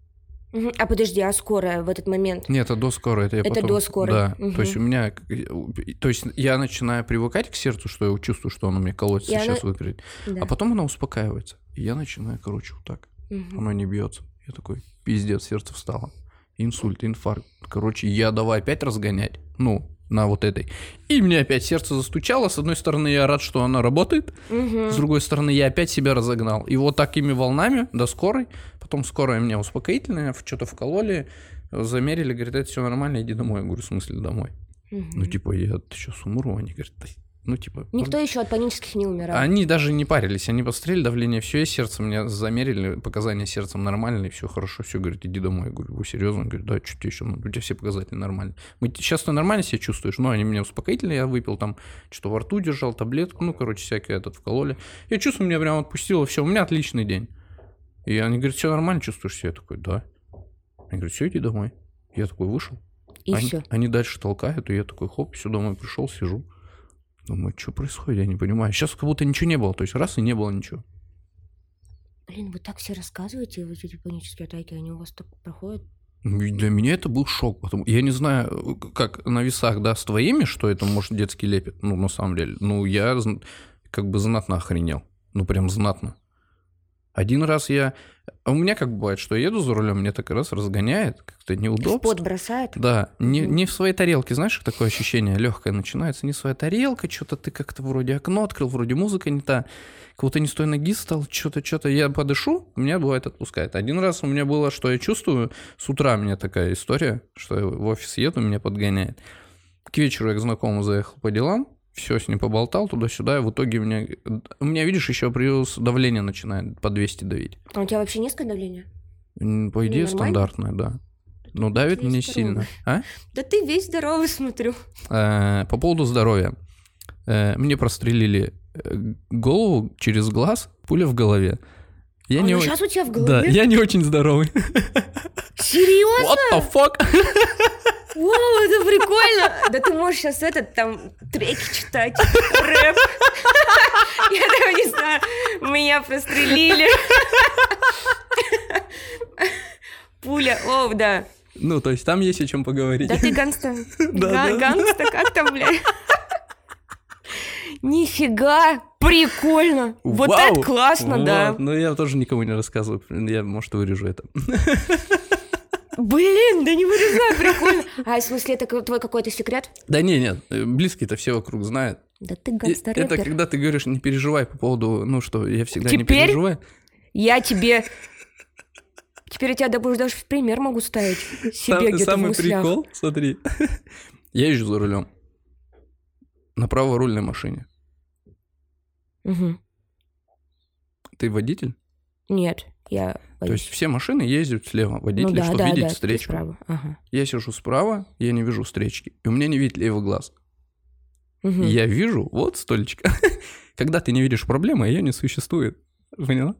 Угу. А подожди, а скорая в этот момент? Нет, это до скорой. Это, я это потом... до скорой? Да, угу. то есть у меня... То есть я начинаю привыкать к сердцу, что я чувствую, что оно мне колотится, и сейчас она... выкрыть. Да. А потом оно успокаивается. И я начинаю, короче, вот так. Угу. Оно не бьется. Я такой, пиздец, сердце встало. Инсульт, инфаркт. Короче, я давай опять разгонять. Ну... на вот этой. И мне опять сердце застучало. С одной стороны, я рад, что она работает. Угу. С другой стороны, я опять себя разогнал. И вот такими волнами до скорой. Потом скорая меня успокоительная, что-то вкололи, замерили, говорят, это все нормально, иди домой. Я говорю, в смысле домой? Угу. Ну, типа, я сейчас умру. Они говорят, ну, типа... Никто ну... еще от панических не умирал. Они даже не парились, они посмотрели давление, все, и сердце мне замерили, показания сердцем нормальные, все хорошо, все, говорит, иди домой. Я говорю, вы серьезно? Говорит, да, что тебе еще надо? У тебя все показатели нормальные. Мы... Сейчас ты нормально себя чувствуешь? Ну, они меня успокоительные, я выпил там, что во рту держал, таблетку, ну, короче, всякое этот вкололи. Я чувствую, меня прям отпустило, все, у меня отличный день. И они говорят, все нормально чувствуешь себя? Я такой, да. Они говорят, все, иди домой. Я такой вышел. И они, все. Они дальше толкают, и я такой, хоп, все, домой пришел, сижу. Думаю, что происходит, я не понимаю. Сейчас как будто ничего не было, то есть раз и не было ничего. Блин, вы так все рассказываете, вот эти панические атаки, они у вас так проходят? Для меня это был шок. Потому... Я не знаю, как на весах, да, с твоими, что это, может, детский лепет, ну, на самом деле. Ну, я как бы знатно охренел. Ну, прям знатно. Один раз я... А у меня как бывает, что я еду за рулем, мне так раз разгоняет, как-то неудобно. В пот бросает? Да, не, не в своей тарелке, знаешь, такое ощущение легкое начинается, не своя тарелка, что-то ты как-то вроде окно открыл, вроде музыка не та, кого-то не с той ноги стал, что-то, что-то, я подышу, меня бывает отпускает. Один раз у меня было, что я чувствую, с утра у меня такая история, что я в офис еду, меня подгоняет. К вечеру я к знакомому заехал по делам, все с ним поболтал туда-сюда, и в итоге у меня, у меня, видишь, еще плюс давление начинает по двести давить. А у тебя вообще низкое давление? По идее, стандартное, да. Но давит мне сильно. А? Да ты весь здоровый, смотрю. По поводу здоровья. Мне прострелили голову через глаз, пуля в голове. Я а не ну о... сейчас у тебя в голове? Да, я не очень здоровый. Серьезно? What the fuck? Вау, это прикольно! Да ты можешь сейчас этот, там, треки читать, рэп. Я даже не знаю, меня прострелили. Пуля, о, да. Ну, то есть там есть о чем поговорить. Да ты гангста. Да, гангста, как там, блядь? Нифига, прикольно. Вот это классно, да. Ну, я тоже никому не рассказываю. Я, может, вырежу это. Блин, да не вырезай, прикольно. А в смысле, это твой какой-то секрет? Да не, нет, близкие-то все вокруг знают. Да ты гангстер-рэпер. Это когда ты говоришь, не переживай по поводу, ну что, я всегда Теперь не переживаю. Я тебе... Теперь я тебя даже в пример могу ставить себе Сам, где-то самый в мыслях. Прикол, смотри, я езжу за рулем на праворульной машине. Угу. Ты водитель? Нет, я... То есть все машины ездят слева, водители, ну, да, чтобы да, видеть да, встречку. Справа. Ага. Я сижу справа, я не вижу встречки, и у меня не видит левый глаз. Угу. Я вижу, вот столечко. Когда ты не видишь проблемы, ее не существует. Поняла?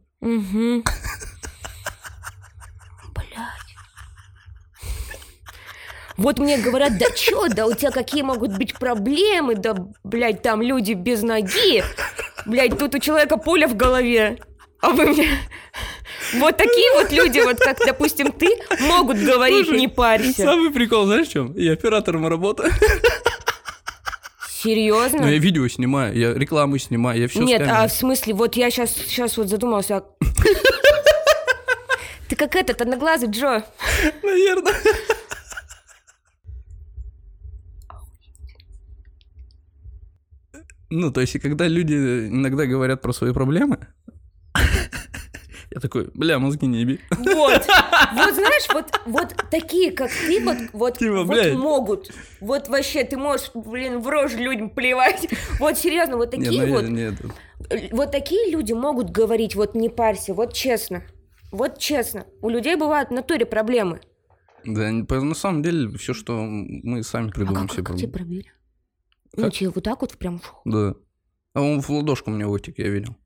Вот мне говорят, да чё, да у тебя какие могут быть проблемы, да, блядь, там люди без ноги, блядь, тут у человека пуля в голове, а вы мне... Вот такие вот люди, вот как, допустим, ты, могут говорить, слушай, не парься. Самый прикол, знаешь, в чем? Я оператором работаю. Серьезно? Ну, я видео снимаю, я рекламу снимаю, я все Нет, а в смысле, вот я сейчас, сейчас вот задумался. Ты как этот, одноглазый Джо. Наверное. Ну, то есть, и когда люди иногда говорят про свои проблемы, я такой, бля, мозги не еби. Вот, вот знаешь, вот, вот такие, как ты, вот, вот, типа, вот могут. Вот вообще, ты можешь, блин, в рожь людям плевать. Вот серьезно, вот такие нет, вот. Нет. Вот такие люди могут говорить, вот не парься, вот честно. Вот честно. У людей бывают в натуре проблемы. Да, на самом деле, все, что мы сами придумаем, а как, все как проблемы. Тебе проверили? Ну, тебе вот так вот прям... Да. А он в ладошку у меня вытек, я видел.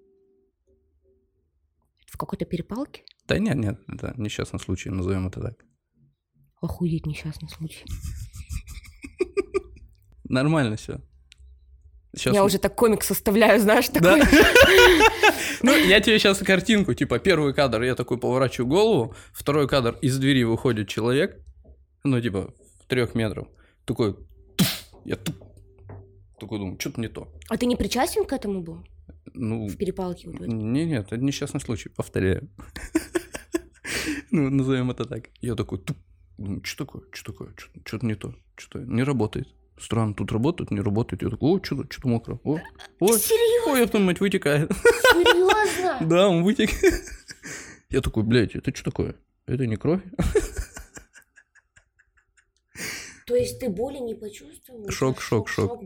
В какой-то перепалке? Да нет, нет, это несчастный случай, назовем это так. Охуеть, несчастный случай. Нормально все. Сейчас я мы... уже так комик составляю, знаешь, такой. Ну, я тебе сейчас картинку, типа, первый кадр, я такой поворачиваю голову, второй кадр, из двери выходит человек, ну, типа, в трех метров, такой, я такой думаю, что-то не то. А ты не причастен к этому был? Ну, в перепалке? Вот не, нет, это несчастный случай, повторяю. Ну, назовем это так. Я такой, думаю, что такое, что такое, что-то не то, что-то не работает. Странно, тут работает, не работает. Я такой, о, что-то, что-то мокро. О, ой, серьезно? Ой, я потом, мать, вытекает. Серьезно? Да, он вытек. Я такой, блядь, это что такое? Это не кровь? То есть ты боли не почувствовал? Шок, шок, шок.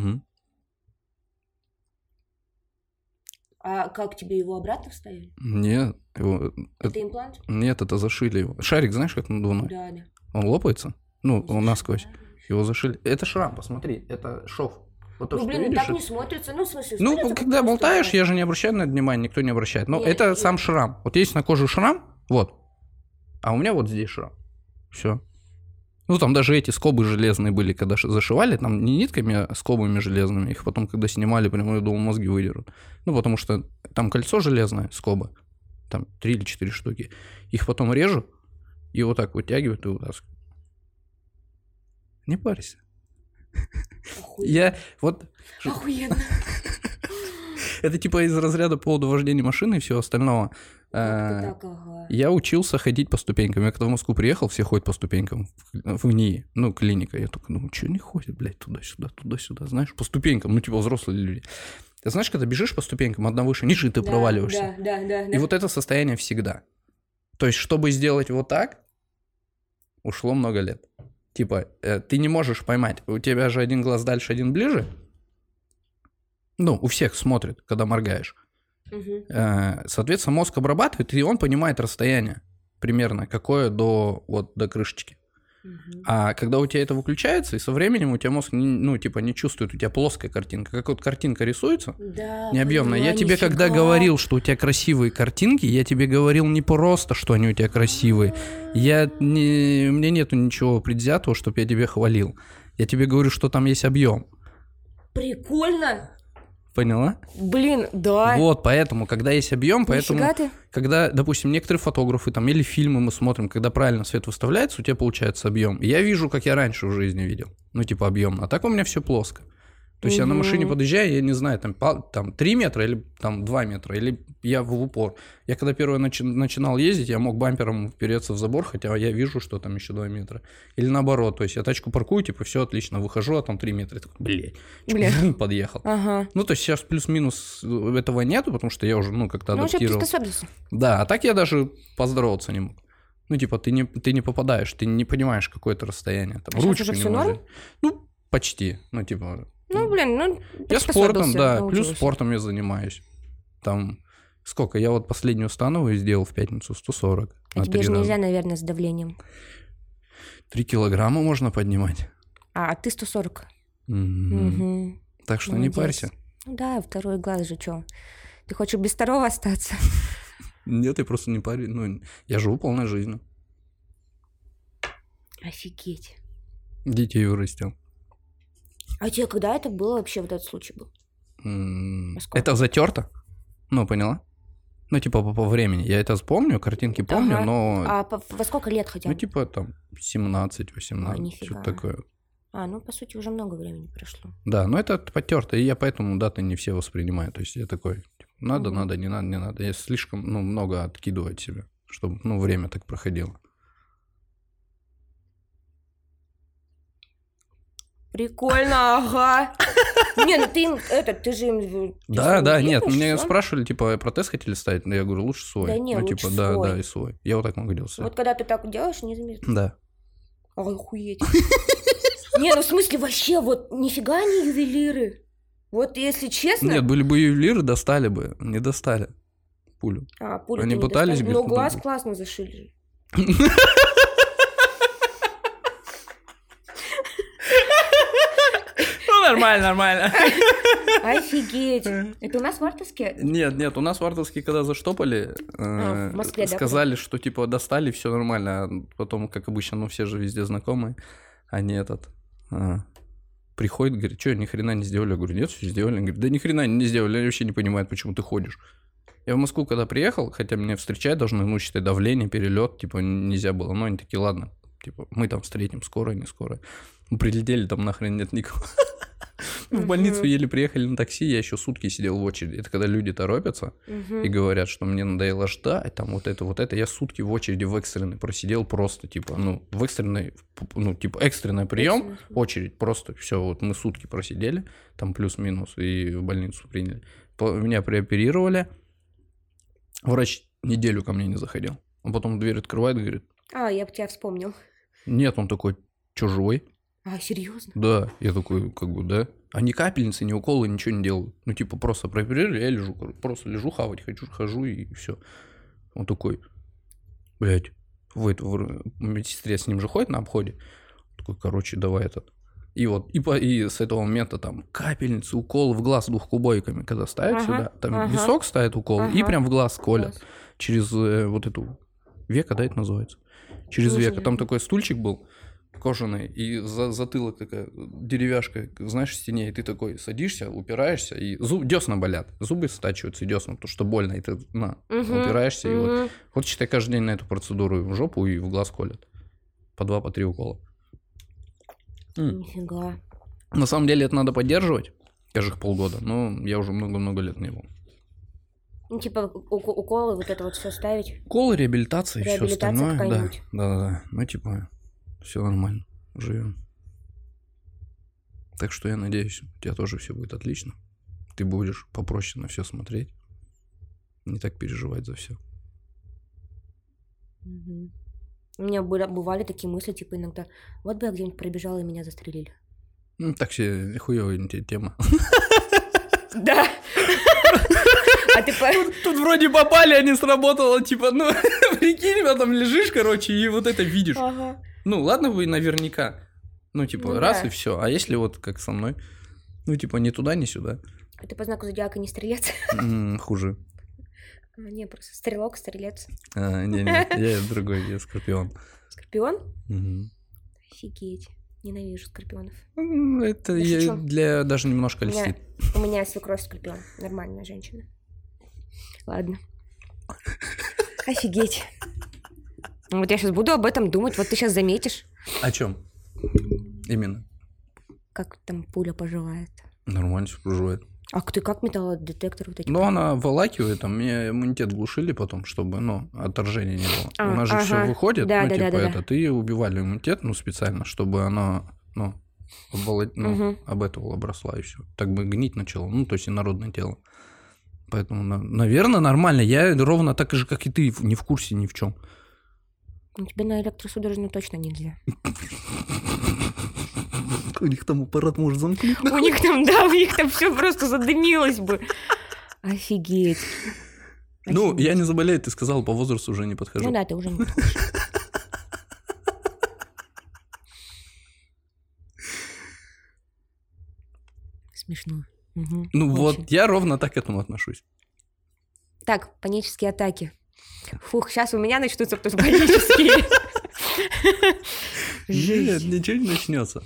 А как, тебе его обратно вставили? Нет. Его... Это имплант? Нет, это зашили его. Шарик, знаешь, как надувной? Да, да. Он лопается? Ну, он насквозь. Его зашили. Это шрам, посмотри, это шов. Вот то, ну, блин, видишь, так это... не смотрится. Ну, в смысле, ну смотрится, когда болтаешь, я же не обращаю на это внимания, никто не обращает. Но нет, это нет. Сам шрам. Вот есть на коже шрам, вот. А у меня вот здесь шрам. Все. Ну, там даже эти скобы железные были, когда зашивали, там не нитками, а скобами железными. Их потом, когда снимали, прямо, я думал, мозги выдерут. Ну, потому что там кольцо железное, скоба. Там три или четыре штуки. Их потом режу и вот так вытягивают и вытаскивают. Не парься. Охуенно. Я вот... Охуенно. Это типа из разряда по поводу вождения машины и всего остального. Так, ага. Я учился ходить по ступенькам. Я когда в Москву приехал, все ходят по ступенькам в НИИ, ну, клиника. Я только думаю, что не ходят, блядь, туда-сюда, туда-сюда, знаешь, по ступенькам, ну, типа взрослые люди. Ты знаешь, когда бежишь по ступенькам, одна выше, ниже, и ты да, проваливаешься. Да, да, да, и да. вот это состояние всегда. То есть, чтобы сделать вот так, ушло много лет. Типа, э, ты не можешь поймать, у тебя же один глаз дальше, один ближе. Ну, у всех смотрит, когда моргаешь. Угу. Э, соответственно, мозг обрабатывает, и он понимает расстояние примерно, какое до, вот, до крышечки. Угу. А когда у тебя это выключается, и со временем у тебя мозг, не, ну, типа, не чувствует, у тебя плоская картинка. Как вот картинка рисуется, да, необъемная. Я тебе, нифига. когда говорил, что у тебя красивые картинки, я тебе говорил не просто, что они у тебя красивые. Я не, у меня нету ничего предвзятого, чтобы я тебе хвалил. Я тебе говорю, что там есть объем. Прикольно. Поняла? Блин, да. Вот, поэтому, когда есть объем, поэтому, ты? когда, допустим, некоторые фотографы там или фильмы мы смотрим, когда правильно свет выставляется, у тебя получается объем. И я вижу, как я раньше в жизни видел, ну, типа объемно. А так у меня все плоско. То есть угу. я на машине подъезжаю, я не знаю, там, там три метра или там два метра, или я в упор. Я когда первый начи- начинал ездить, я мог бампером впереться в забор, хотя я вижу, что там еще два метра. Или наоборот, то есть я тачку паркую, типа, все отлично, выхожу, а там три метра. Я такой, блядь, Бля. подъехал. Ага. Ну, то есть сейчас плюс-минус этого нету, потому что я уже, ну, как-то ну, адаптировал. Да, а так я даже поздороваться не мог. Ну, типа, ты не, ты не попадаешь, ты не понимаешь какое-то расстояние. Там, а ручку сейчас уже не все можешь. норм? Ну, почти, ну, типа... Ну, блин, ну... Я спортом, да, научился. Плюс спортом я занимаюсь. Там, сколько? Я вот последнюю становую сделал в пятницу, сто сорок. А тебе же нельзя, наверное, с давлением. Три килограмма можно поднимать. А, а ты сто сорок. Mm-hmm. Угу. Так что молодец. Не парься. Ну да, второй глаз же, что? Ты хочешь без второго остаться? Нет, я просто не парюсь. Ну, я живу полной жизнью. Офигеть. Детей вырастил. А тебе когда это было вообще, вот этот случай был? Mm, это затерто? Ну, поняла? Ну, типа по, по времени. Я это помню, картинки помню, ага. но... А по, во сколько лет хотя бы? Ну, типа там семнадцать-восемнадцать, а, что-то такое. А, ну, по сути, уже много времени прошло. Да, но это потерто, и я поэтому даты не все воспринимаю. То есть я такой, типа, надо, угу. надо, не надо, не надо. Я слишком, ну, много откидываю от себя, чтобы, ну, время так проходило. Прикольно, ага. Не, ну ты им, это, ты же им... Да, да, нет, меня спрашивали, типа, протез хотели ставить, но я говорю, лучше свой. Да не, ну, лучше типа, свой. да, да, и свой. Я вот так могу делать. Вот когда ты так делаешь, не заметно. Да. Охуеть. Не, ну в смысле вообще, вот нифига не ювелиры. Вот если честно... Нет, были бы ювелиры, достали бы, не достали пулю. А, пулю Они пытались... Но глаз классно зашили. Нормально, нормально. Офигеть. Это у нас в Артовске? Нет, нет, у нас в Артовске, когда заштопали, а, в Москве, сказали, да, что типа достали, все нормально. А потом, как обычно, ну все же везде знакомые. Они этот а, приходят, говорят, что, ни хрена не сделали? Я говорю, нет, все сделали. Они говорят, да ни хрена не сделали, они вообще не понимают, почему ты ходишь. Я в Москву когда приехал, хотя меня встречать должны, ну, считай, давление, перелет, типа, нельзя было. Но они такие, ладно, типа, мы там встретим, скоро, не скоро. Мы прилетели, там нахрен нет никого. В больницу еле приехали на такси, я еще сутки сидел в очереди. Это когда люди торопятся и говорят, что мне надоело ждать, там вот это, вот это. Я сутки в очереди в экстренной просидел просто, типа, ну, в экстренной, ну, типа, экстренный прием, очередь, просто все, вот мы сутки просидели, там плюс-минус, и в больницу приняли. Меня прооперировали, врач неделю ко мне не заходил. Он потом дверь открывает и говорит... А, я бы тебя вспомнил. Нет, он такой, чужой. А, серьезно? Да, я такой, как бы, да. А ни капельницы, ни уколы, ничего не делаю. Ну, типа, просто прооперировали, я лежу, просто лежу, хавать хочу, хожу, и все. Он такой, блядь, вы это, медсестре с ним же ходит на обходе? Он такой, короче, давай этот. И вот, и, по, и с этого момента там капельницы, уколы в глаз двухкубойками, когда ставят ага, сюда, там ага. висок ставит укол, ага. и прям в глаз колят. Глаз. Через э, вот эту века, да, это называется? Через века. Знаю. Там такой стульчик был кожаный, и за затылок такая деревяшка, знаешь, в стене, и ты такой садишься, упираешься, и зуб, десна болят, зубы стачиваются, и десна, потому что больно, и ты на, угу, упираешься, угу. и вот, вот считай, каждый день на эту процедуру в жопу и в глаз колят. По два, по три укола. Нифига. На самом деле это надо поддерживать, каждых полгода, но я уже много-много лет не был. Ну, типа уколы, вот это вот все ставить. Уколы, реабилитация, и все остальное. Да, да, да. Ну, типа, все нормально, живем. Так что я надеюсь, у тебя тоже все будет отлично. Ты будешь попроще на все смотреть, не так переживать за все. Угу. У меня бывали такие мысли, типа иногда, вот бы я где-нибудь пробежала и меня застрелили. Ну, так все хуёвая тема. Да. А ты тут, тут вроде попали, а не сработало, типа, ну, прикинь, а там лежишь, короче, и вот это видишь. Ага. Ну, ладно бы наверняка. Ну, типа, ну, раз да. и все. А если вот как со мной, ну, типа, ни туда, ни сюда. А ты по знаку зодиака не стрелец? М-м, хуже. А, не, просто стрелок, стрелец. А, не-не, я другой, я скорпион. Скорпион? Угу. Офигеть. Ненавижу скорпионов. Это я для даже немножко льстит. У меня свекровь скорпион. Нормальная женщина. Ладно. Офигеть. Вот я сейчас буду об этом думать. Вот ты сейчас заметишь. О чем? Именно. Как там пуля поживает? Нормально все поживает. А ты как металлодетектор вот эти? Ну, она вылакивает, там мне иммунитет глушили потом, чтобы, ну, отторжения не было. А, У нас же ага. все выходит, да, ну, да, типа да, да, это, да. и убивали иммунитет, ну, специально, чтобы она, ну, оболо... ну угу. об этого обросла и все. Так бы гнить начало, ну, то есть инородное тело. Поэтому, наверное, нормально. Я ровно так же, как и ты, не в курсе ни в чем. Ну, тебе на электросудорожную точно нельзя. У них там аппарат может замкнуть. У них там, да, у них там все просто задымилось бы. Офигеть. Ну, я не заболею, ты сказал, по возрасту уже не подхожу. Ну да, ты уже не подходишь. Смешно. Угу. Ну вот, я ровно так к этому отношусь. Так, панические атаки. Фух, сейчас у меня начнутся тут панические. Жизнь. Нет, ничего не начнется.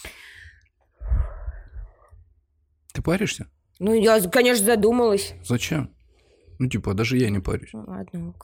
Ты паришься? Ну, я, конечно, задумалась. Зачем? Ну, типа, даже я не парюсь. Ну, ладно.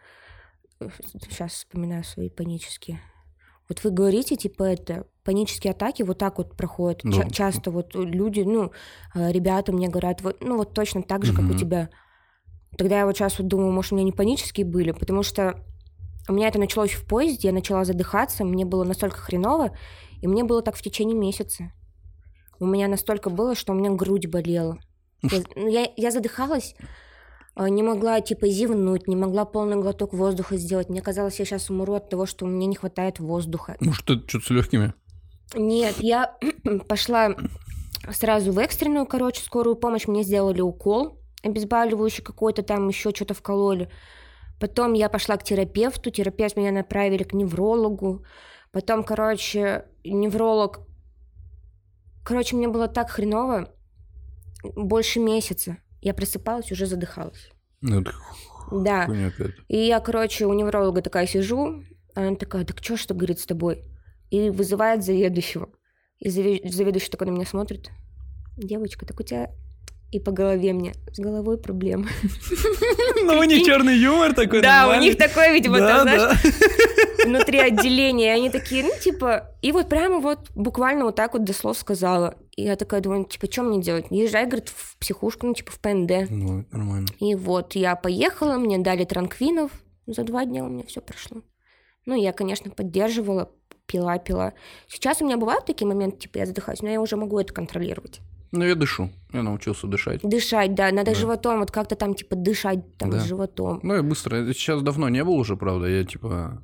Сейчас вспоминаю свои панические. Вот вы говорите, типа, это, панические атаки вот так вот проходят. Да. Ча- часто вот люди, ну, ребята мне говорят, вот, ну, вот точно так же, угу. как у тебя. Тогда я вот сейчас вот думаю, может, у меня не панические были, потому что у меня это началось в поезде, я начала задыхаться, мне было настолько хреново, и мне было так в течение месяца. У меня настолько было, что у меня грудь болела. Я, я, я задыхалась, не могла, типа, зевнуть, не могла полный глоток воздуха сделать. Мне казалось, я сейчас умру от того, что мне не хватает воздуха. Может, это что-то с легкими? Нет, я пошла сразу в экстренную, короче, скорую помощь. Мне сделали укол обезболивающий какой-то, там еще что-то вкололи. Потом я пошла к терапевту, терапевт меня направили к неврологу. Потом, короче, невролог... Короче, мне было так хреново больше месяца. Я просыпалась, уже задыхалась. Ну, это да. хуйня какая-то. И я, короче, у невролога такая сижу, а она такая, так что, что говорит с тобой? И вызывает заведующего. И заведующий такой на меня смотрит. Девочка, так у тебя... И по голове мне. С головой проблемы. Ну, у них черный юмор такой. Да, у них такой, видимо, знаешь, внутри отделения. И они такие, ну, типа... И вот прямо вот буквально вот так вот до слов сказала. И я такая думаю, типа, что мне делать? Езжай, говорит, в психушку, ну, типа, в ПНД. Ну, нормально. И вот я поехала, мне дали транквинов. За два дня у меня все прошло. Ну, я, конечно, поддерживала, пила-пила. Сейчас у меня бывают такие моменты, типа, я задыхаюсь, но я уже могу это контролировать. Ну, я дышу. Я научился дышать. Дышать, да. Надо да. животом, вот как-то там, типа, дышать там да. животом. Ну, я быстро. Сейчас давно не был уже, правда. Я, типа...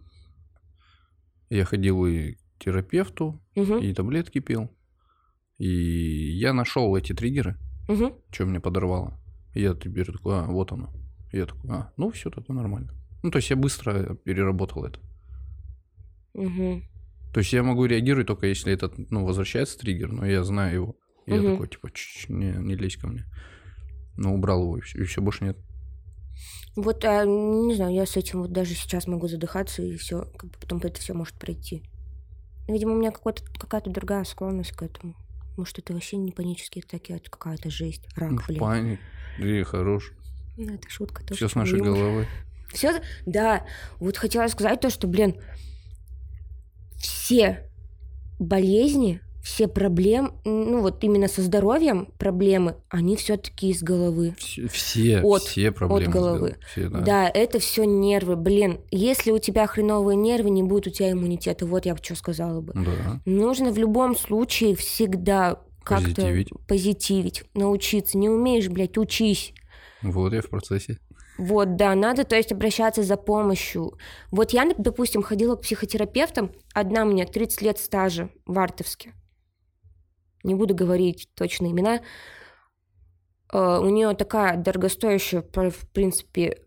Я ходил и к терапевту, угу. и таблетки пил. И я нашел эти триггеры, угу. что мне подорвало. И я теперь такой, а, вот оно. И я такой, а, ну, все, это нормально. Ну, то есть я быстро переработал это. Угу. То есть я могу реагировать только если этот, ну, возвращается триггер, но я знаю его. И угу. я такой, типа, не, не лезь ко мне. Но убрал его, и все, и все больше нет. Вот, а, не знаю, я с этим вот даже сейчас могу задыхаться, и все, как бы потом это все может пройти. Видимо, у меня какая-то другая склонность к этому. Может, это вообще не панические атаки, это какая-то жесть. Рак, ну, блин. Паник, и хорош. Ну, это шутка тоже. Все с нашей головы. Все, да. Вот хотела сказать то, что, блин, все болезни, все проблемы, ну вот именно со здоровьем проблемы, они все-таки из головы. Все, все, от, все проблемы от головы. Все, да. да, это все нервы. Блин, если у тебя хреновые нервы, не будет у тебя иммунитета. Вот я бы что сказала бы. Да. Нужно в любом случае всегда как-то позитивить. позитивить, научиться. Не умеешь, блядь, учись. Вот я в процессе. Вот, да, надо, то есть, обращаться за помощью. Вот я, допустим, ходила к психотерапевтам. Одна мне тридцать лет стажа в Артовске. Не буду говорить точные имена. Uh, у нее такая дорогостоящая, в принципе,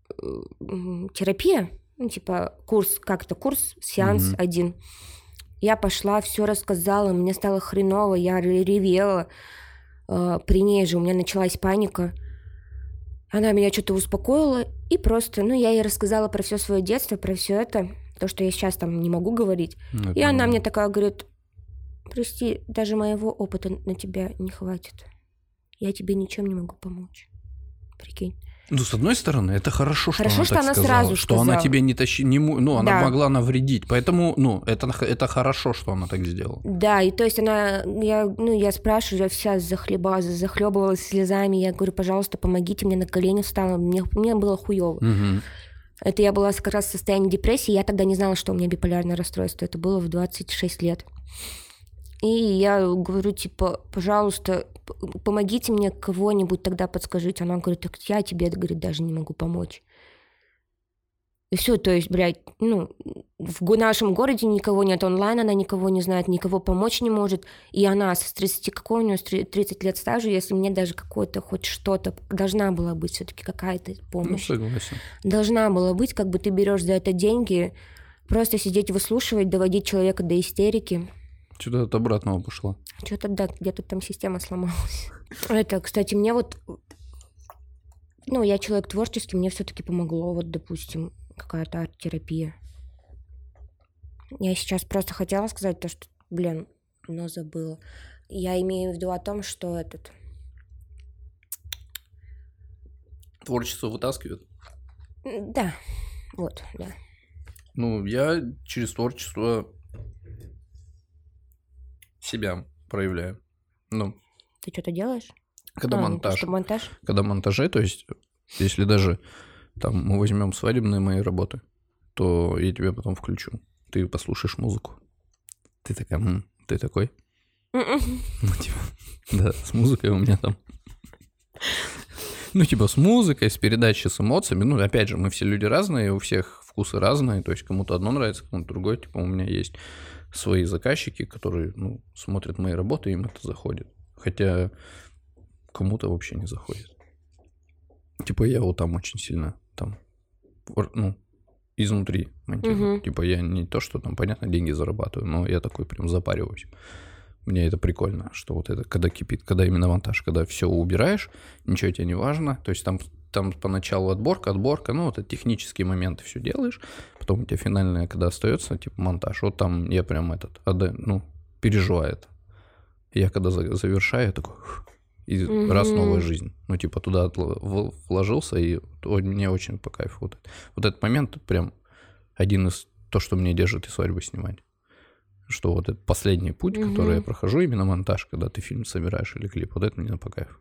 терапия. Ну, типа, курс, как-то курс, сеанс mm-hmm. один. Я пошла, все рассказала, мне стало хреново, я ревела. Uh, при ней же у меня началась паника. Она меня что-то успокоила, и просто, ну, я ей рассказала про все свое детство, про все это, то, что я сейчас там не могу говорить. Mm-hmm. И она мне такая говорит: прости, даже моего опыта на тебя не хватит. Я тебе ничем не могу помочь. Прикинь. Ну, с одной стороны, это хорошо, что хорошо, она что так она сказала, сразу что сказала. она тебе не тащи, не, ну, она да. могла навредить, поэтому, ну, это, это хорошо, что она так сделала. Да, и то есть она, я, ну, я спрашиваю, я вся захлеба, захлебывалась слезами, я говорю, пожалуйста, помогите, мне на колени встала, мне, мне было хуёво. Угу. Это я была как раз в состоянии депрессии, я тогда не знала, что у меня биполярное расстройство, это было в двадцать шесть лет. И я говорю, типа, пожалуйста, помогите мне, кого-нибудь тогда подскажите. Она говорит, так я тебе, говорит, даже не могу помочь. И все, то есть, блядь, ну, в нашем городе никого нет онлайн, она никого не знает, никого помочь не может. И она с тридцати, какого у нее тридцать лет стажа, если мне даже какое-то хоть что-то, должна была быть все-таки какая-то помощь. Ну, согласен. Должна была быть, как бы ты берешь за это деньги, просто сидеть выслушивать, доводить человека до истерики. Что-то от обратного пошло. Что-то, да, где-то там система сломалась. Это, кстати, мне вот... Ну, я человек творческий, мне все-таки помогло, вот, допустим, какая-то арт-терапия. Я сейчас просто хотела сказать то, что, блин, но забыла. Я имею в виду о том, что этот... Творчество вытаскивает? Да, вот, да. Ну, я через творчество себя проявляю. Ну, ты что-то делаешь? Когда а, монтаж. Что, монтаж? Когда монтаже, то есть, если даже там мы возьмем свадебные мои работы, то я тебя потом включу. Ты послушаешь музыку. Ты такая, м-м, ты такой. Ну, типа, да, с музыкой у меня там. Ну, типа, с музыкой, с передачей, с эмоциями. Ну, опять же, мы все люди разные, у всех вкусы разные. То есть, кому-то одно нравится, кому-то другое. Типа, у меня есть свои заказчики, которые, ну, смотрят мои работы, им это заходит. Хотя кому-то вообще не заходит. Типа, я вот там очень сильно, там, ну, изнутри монтирую. Uh-huh. Типа, я не то, что там, понятно, деньги зарабатываю, но я такой прям запариваюсь. Мне это прикольно, что вот это, когда кипит, когда именно монтаж, когда все убираешь, ничего тебе не важно. То есть там, там поначалу отборка, отборка, ну, вот это технические моменты все делаешь, потом у тебя финальное, когда остается, типа, монтаж. Вот там я прям этот, ну, переживаю это. Я когда завершаю, я такой... И mm-hmm. раз новая жизнь. Ну, типа, туда вложился, и мне очень по кайфу. Вот, вот этот момент прям один из то, что мне держит и свадьбы снимать. Что вот этот последний путь, mm-hmm. который я прохожу, именно монтаж, когда ты фильм собираешь или клип, вот это мне по кайфу.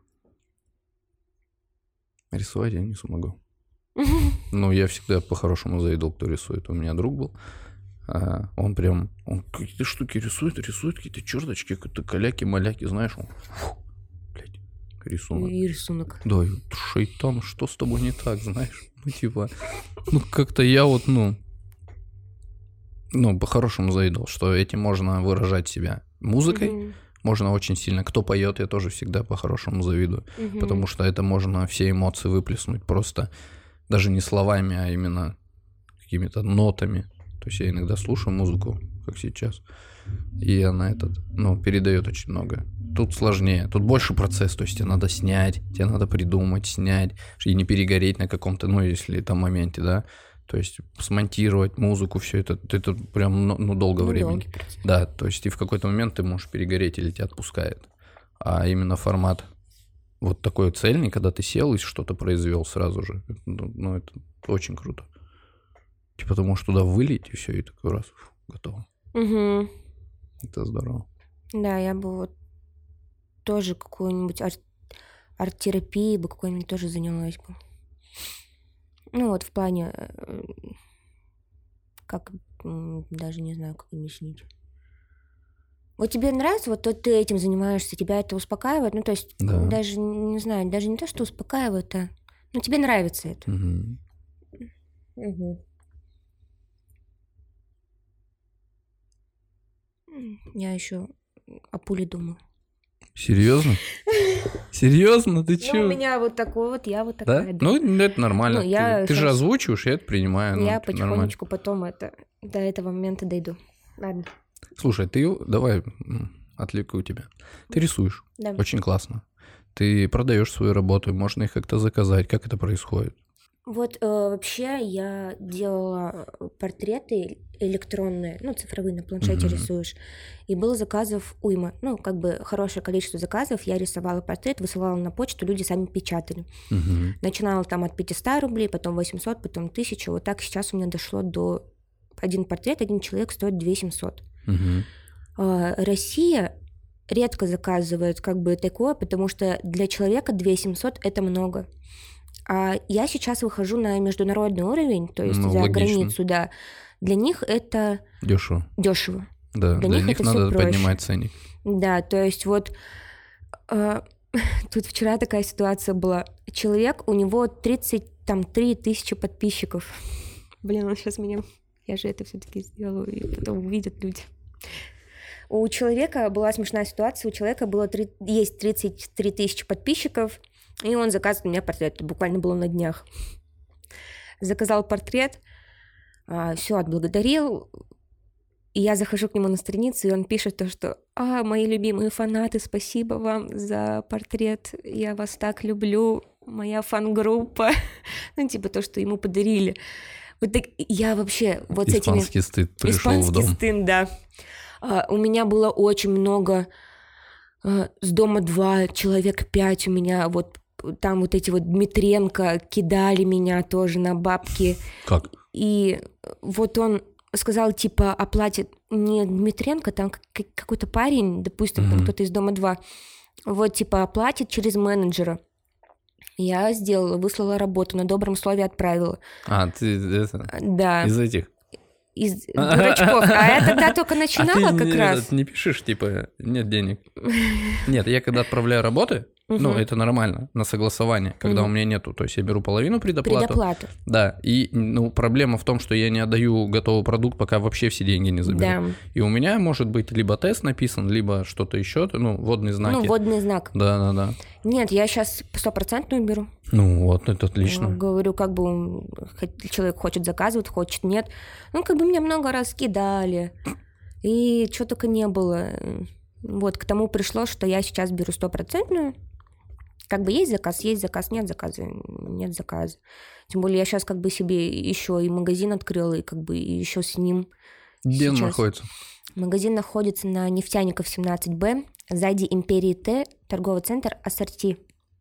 Рисовать я не смогу. Mm-hmm. Ну, я всегда по-хорошему завидовал, кто рисует. У меня друг был, а он прям, он какие-то штуки рисует, рисует какие-то черточки, какие-то каляки-маляки, знаешь, он... Рисунок. И рисунок. Да, шейтан, что с тобой не так, знаешь? Ну, типа, ну, как-то я вот, ну, ну, по-хорошему завидовал, что этим можно выражать себя музыкой, mm-hmm. можно очень сильно. Кто поет, я тоже всегда по-хорошему завидую, mm-hmm. потому что это можно все эмоции выплеснуть просто даже не словами, а именно какими-то нотами. То есть я иногда слушаю музыку, как сейчас, и она этот, ну, передает очень много. Тут сложнее, тут больше процесс, то есть тебе надо снять, тебе надо придумать, снять, и не перегореть на каком-то, ну, если там моменте, да, то есть смонтировать музыку, все это, это прям, ну, долго ну, времени. Да, то есть и в какой-то момент ты можешь перегореть или тебя отпускает. А именно формат вот такой цельный, когда ты сел и что-то произвел сразу же, ну, это очень круто. Типа ты можешь туда вылить, и все, и такой раз, фу, готово. Угу. Это здорово. Да, я бы вот тоже какую-нибудь арт- арт-терапией бы какой-нибудь тоже занялась бы. Ну вот в плане, как, даже не знаю, как объяснить. Вот тебе нравится, вот ты этим занимаешься, тебя это успокаивает? Ну то есть да. даже, не знаю, даже не то, что успокаивает, а ну тебе нравится это. Угу. Угу. Я еще о пуле думаю. Серьезно? Серьезно? Ты че? Ну, у меня вот такой вот, я вот такая. Да? Ну, это нормально. Ну, я ты, ты сейчас... же озвучиваешь, я это принимаю. Я ну, потихонечку нормально. потом это, до этого момента дойду. Ладно. Слушай, ты, давай отвлеку тебя. Ты рисуешь. Да. Очень классно. Ты продаешь свою работу, можно их как-то заказать. Как это происходит? Вот э, вообще я делала портреты электронные, ну, цифровые, на планшете mm-hmm. рисуешь. И было заказов уйма. Ну, как бы хорошее количество заказов. Я рисовала портрет, высылала на почту, люди сами печатали. Mm-hmm. Начинала там от пятьсот рублей, потом восемьсот, потом тысяча. Вот так сейчас у меня дошло до... Один портрет, один человек стоит две тысячи семьсот. Mm-hmm. Э, Россия редко заказывает как бы такое, потому что для человека две тысячи семьсот это много. А я сейчас выхожу на международный уровень, то есть ну, за логично. Границу, да. Для них это дешево. Дешево. Да, для, для них, них это надо поднимать ценник. Да, то есть вот э, тут вчера такая ситуация была. Человек, у него тридцать три тысячи подписчиков. Блин, он сейчас меня... Я же это все-таки сделаю, и потом увидят люди. У человека была смешная ситуация. У человека было три... есть тридцать три тысячи подписчиков, и он заказывает у меня портрет. Буквально было на днях. Заказал портрет, все, отблагодарил. И я захожу к нему на страницу, и он пишет то, что «А, мои любимые фанаты, спасибо вам за портрет, я вас так люблю, моя фан-группа». Ну, типа то, что ему подарили. Вот так я вообще вот Испанский с этими... Испанский стыд пришел Испанский в дом. стыд, да. А, у меня было очень много... А, с дома два, человек пять у меня вот... Там вот эти вот Дмитренко кидали меня тоже на бабки. Как? И вот он сказал, типа, оплатит не Дмитренко, там какой-то парень, допустим, mm-hmm. там кто-то из дома два, вот, типа, оплатит через менеджера. Я сделала, выслала работу, на добром слове отправила. А, ты это... Да. Из этих... Из дурачков. А я тогда только начинала а ты как не, раз. Не пишешь, типа, нет денег. Нет, я когда отправляю работы, Uh-huh. ну, это нормально, на согласование, когда uh-huh. у меня нету, то есть я беру половину предоплату. Предоплату. Да, и, ну, проблема в том, что я не отдаю готовый продукт, пока вообще все деньги не заберу. Да. И у меня может быть либо тест написан, либо что-то еще, ну, водные знаки. Ну, водный знак. Да-да-да. Нет, я сейчас стопроцентную беру. Ну, вот, это отлично. Я говорю, как бы человек хочет заказывать, хочет нет. Ну, как бы меня много раз кидали, и что только не было. Вот, к тому пришло, что я сейчас беру стопроцентную. Как бы есть заказ, есть заказ, нет заказа, нет заказа. Тем более я сейчас как бы себе еще и магазин открыла, и как бы еще с ним. Где он находится? Магазин находится на Нефтяников семнадцать бэ, сзади Империи Т, торговый центр Ассорти.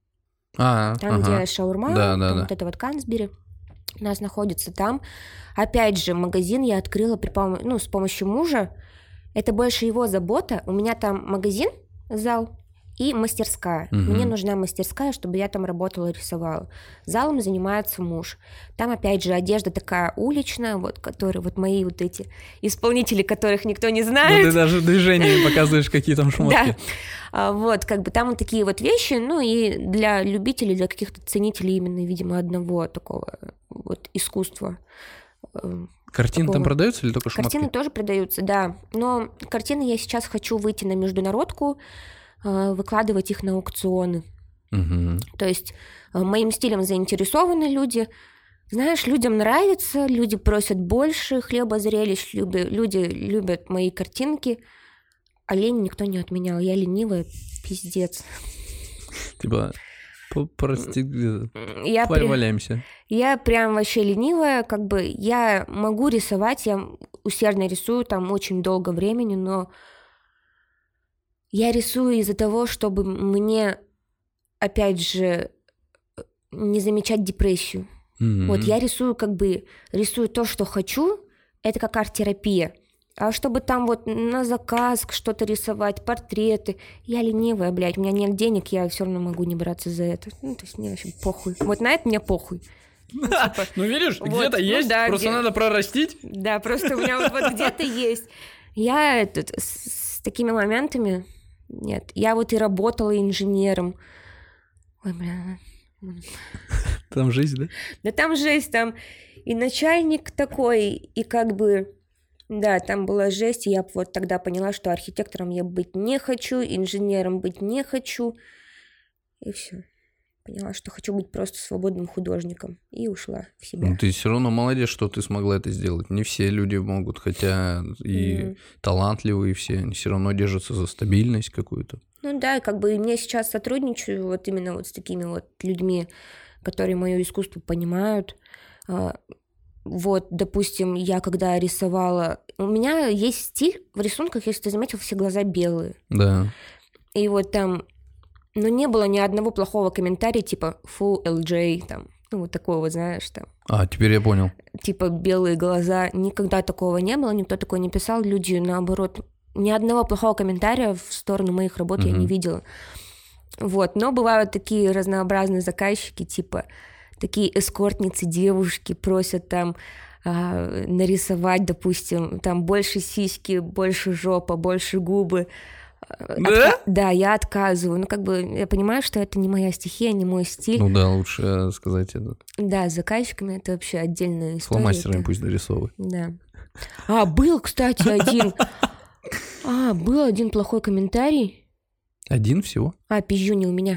А, там, ага. где шаурма, да, да, там да. вот это вот Кансбери. У нас находится там. Опять же, магазин я открыла при пом- ну, с помощью мужа. Это больше его забота. У меня там магазин, зал и мастерская. Угу. Мне нужна мастерская, чтобы я там работала, рисовала. Залом занимается муж. Там, опять же, одежда такая уличная, вот, которые вот мои вот эти исполнители, которых никто не знает. Ну, ты даже движениями показываешь, какие там шмотки. Да. А, вот, как бы там вот такие вот вещи, ну и для любителей, для каких-то ценителей именно, видимо, одного такого вот искусства. Картины такого... там продаются или только шмотки? Картины тоже продаются, да. Но картины я сейчас хочу выйти на международку, выкладывать их на аукционы. Угу. То есть моим стилем заинтересованы люди. Знаешь, людям нравится, люди просят больше хлеба, зрелищ, люди, люди любят мои картинки, а лень никто не отменял. Я ленивая, пиздец. Типа, прости, я валяемся. Я прям вообще ленивая, как бы я могу рисовать, я усердно рисую там очень долго времени, но я рисую из-за того, чтобы мне, опять же, не замечать депрессию. Mm-hmm. Вот я рисую как бы, рисую то, что хочу, это как арт-терапия. А чтобы там вот на заказ что-то рисовать, портреты, я ленивая, блядь, у меня нет денег, я все равно могу не браться за это. Ну, то есть мне вообще похуй. Вот на это мне похуй. Ну, типа, ну видишь, вот, где-то ну, есть, да, просто где... надо прорастить. Да, просто у меня вот, вот где-то есть. Я этот, с, с такими моментами... Нет, я вот и работала инженером. Ой, бля. Там жизнь, да? Да там жесть, там и начальник такой, и как бы... Да, там была жесть, и я вот тогда поняла, что архитектором я быть не хочу, инженером быть не хочу. И все. Поняла, что хочу быть просто свободным художником. И ушла в себя. Ну, ты все равно молодец, что ты смогла это сделать. Не все люди могут, хотя и mm. талантливые все, они все равно держатся за стабильность какую-то. Ну да, как бы мне сейчас сотрудничаю вот именно вот с такими вот людьми, которые мое искусство понимают. Вот, допустим, я когда рисовала... У меня есть стиль в рисунках, если ты заметил, все глаза белые. Да. И вот там... Но не было ни одного плохого комментария, типа «фу, эл джей», там, ну, вот такого, вот, знаешь, там. А, теперь я понял. Типа белые глаза. Никогда такого не было, никто такое не писал. Люди, наоборот, ни одного плохого комментария в сторону моих работ mm-hmm. я не видела. Вот, но бывают такие разнообразные заказчики, типа такие эскортницы, девушки просят там а, нарисовать, допустим, там больше сиськи, больше жопа, больше губы. Да? Отка... Да, я отказываю. Ну, как бы, я понимаю, что это не моя стихия, не мой стиль. Ну да, лучше сказать это. Да, с заказчиками это вообще отдельная история. Фломастерами это... пусть дорисовывают. Да. А, был, кстати, один... А, был один плохой комментарий. Один всего? А, пизжу не у меня.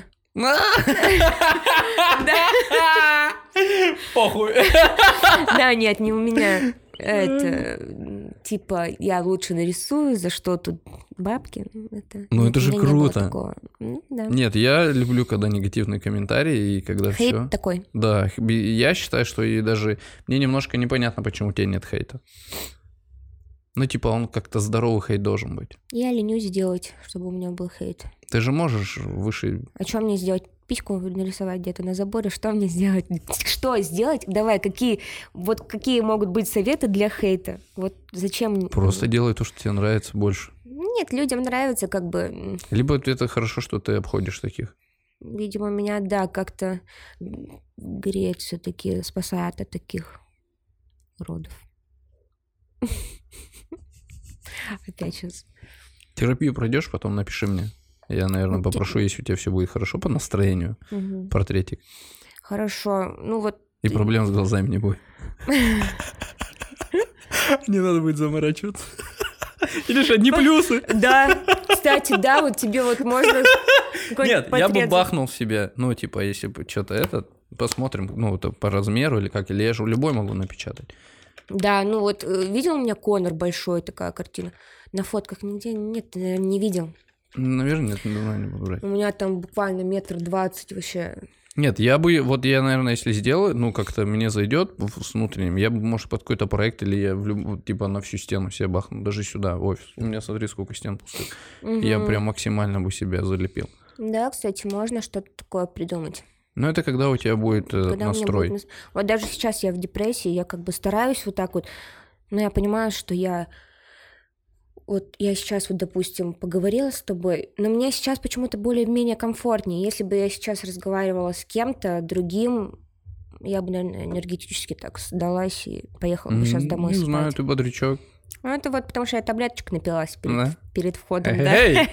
Похуй. Да, нет, не у меня. Это... типа, я лучше нарисую, за что тут бабки. Это, ну, это же круто. Ну, да. Нет, я люблю, когда негативные комментарии, и когда Хейт все. такой. Да, я считаю, что и даже... Мне немножко непонятно, почему у тебя нет хейта. Ну, типа, он как-то здоровый хейт должен быть. Я ленюсь делать, чтобы у меня был хейт. Ты же можешь выше... А что мне сделать? Письку нарисовать где-то на заборе? Что мне сделать? Что сделать? Давай, какие, вот какие могут быть советы для хейта? Вот зачем... Просто делай то, что тебе нравится больше. Нет, людям нравится как бы... Либо это хорошо, что ты обходишь таких. Видимо, меня, да, как-то греет все-таки, спасает от таких уродов. Опять сейчас. Терапию пройдешь, потом напиши мне. Я, наверное, попрошу, если у тебя все будет хорошо по настроению, угу. портретик. Хорошо. Ну вот. И проблем с глазами не будет. Не надо будет заморачиваться. Или же одни плюсы. Да. Кстати, да, вот тебе вот можно... Нет, я бы бахнул в себя. Ну, типа, если бы что-то это, посмотрим, ну, по размеру или как, или я же любой могу напечатать. Да, ну вот видел у меня Конор большой, такая картина. На фотках нигде нет, наверное, не видел. Наверное, нет, давай не буду брать. У меня там буквально метр двадцать вообще. Нет, я бы, вот я, наверное, если сделаю, ну, как-то мне зайдет с внутренним, я бы, может, под какой-то проект или я, в люб... типа, на всю стену себе бахну, даже сюда, в офис. У меня, смотри, сколько стен пустых. Угу. Я прям максимально бы себя залепил. Да, кстати, можно что-то такое придумать. Ну, это когда у тебя будет когда настрой. Будет... Вот даже сейчас я в депрессии, я как бы стараюсь вот так вот, но я понимаю, что я... Вот я сейчас, вот, допустим, поговорила с тобой, но мне сейчас почему-то более-менее комфортнее. Если бы я сейчас разговаривала с кем-то другим, я бы, наверное, энергетически так сдалась и поехала бы сейчас домой Не спать. Не знаю, ты бодрячок. Ну, это вот потому что я таблеточек напилась перед, да? перед входом, да.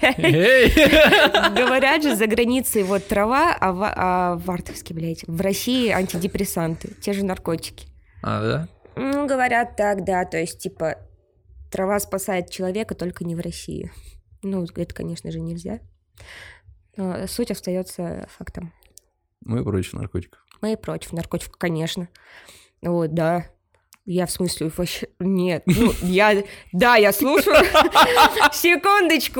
Говорят же, за границей вот трава, а в, а в Артовске, блядь, в России антидепрессанты, те же наркотики. А, да? Ну, говорят так, да, то есть, типа, трава спасает человека, только не в России. Ну, это, конечно же, нельзя. Но суть остается фактом. Мы против наркотиков. Мы против наркотиков, конечно. Вот, да. Я в смысле вообще... Нет. Ну, я... Да, я слушаю... Секундочку.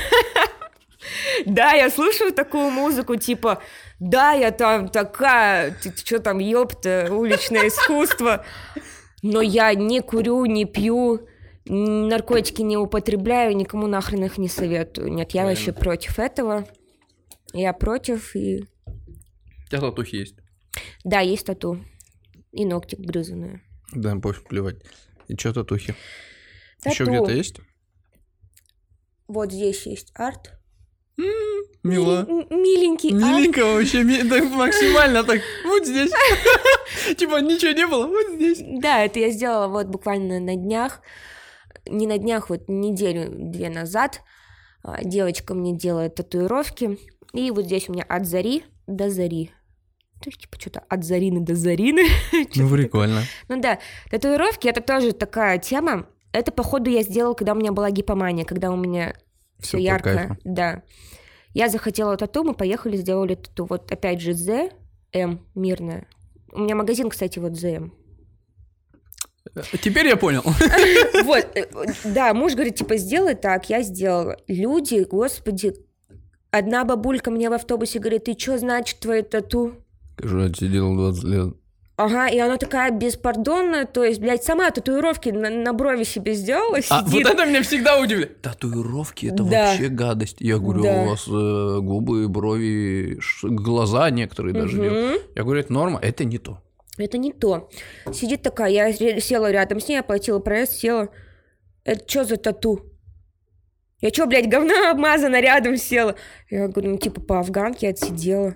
Да, я слушаю такую музыку, типа... Да, я там такая... Ты что там, ёпта, уличное искусство. Но я не курю, не пью, наркотики не употребляю, никому нахрен их не советую. Нет, я Правильно. Вообще против этого. Я против и... У тебя татухи есть? Да, есть тату. И ногти грызаные. Да, пофиг, плевать. И что татухи? Тату. Еще где-то есть? Вот здесь есть арт. М-м, мило. Мил- миленький Миленько арт. Вообще, ми- так максимально так, вот здесь. Типа ничего не было, вот здесь. Да, это я сделала вот буквально на днях. Не на днях, вот неделю-две назад. Девочка мне делает татуировки. И вот здесь у меня от зари до зари. То есть, типа, что-то от Зарины до Зарины. Ну, прикольно. Ну да, татуировки — это тоже такая тема. Это, походу, я сделала, когда у меня была гипомания, когда у меня все яркое. Да. Я захотела тату, мы поехали, сделали тату. Вот опять же З М, мирная. У меня магазин, кстати, вот З М. Теперь я понял. Вот, да, муж говорит, типа, сделай так, я сделала. Люди, господи, одна бабулька мне в автобусе говорит, ты что значит твои тату? Скажу, я сидел двадцать лет. Ага, и она такая беспардонная, то есть, блядь, сама татуировки на, на брови себе сделала, сидит. А вот это меня всегда удивляет. Татуировки — это да. вообще гадость. Я говорю, да. у вас э, губы, брови, ш... глаза некоторые даже угу. делают. Я говорю, это норма, это не то. Это не то. Сидит такая, я села рядом с ней, оплатила проезд, села. Это что за тату? Я что, блядь, говно обмазана, рядом села? Я говорю, ну, типа, по афганке отсидела.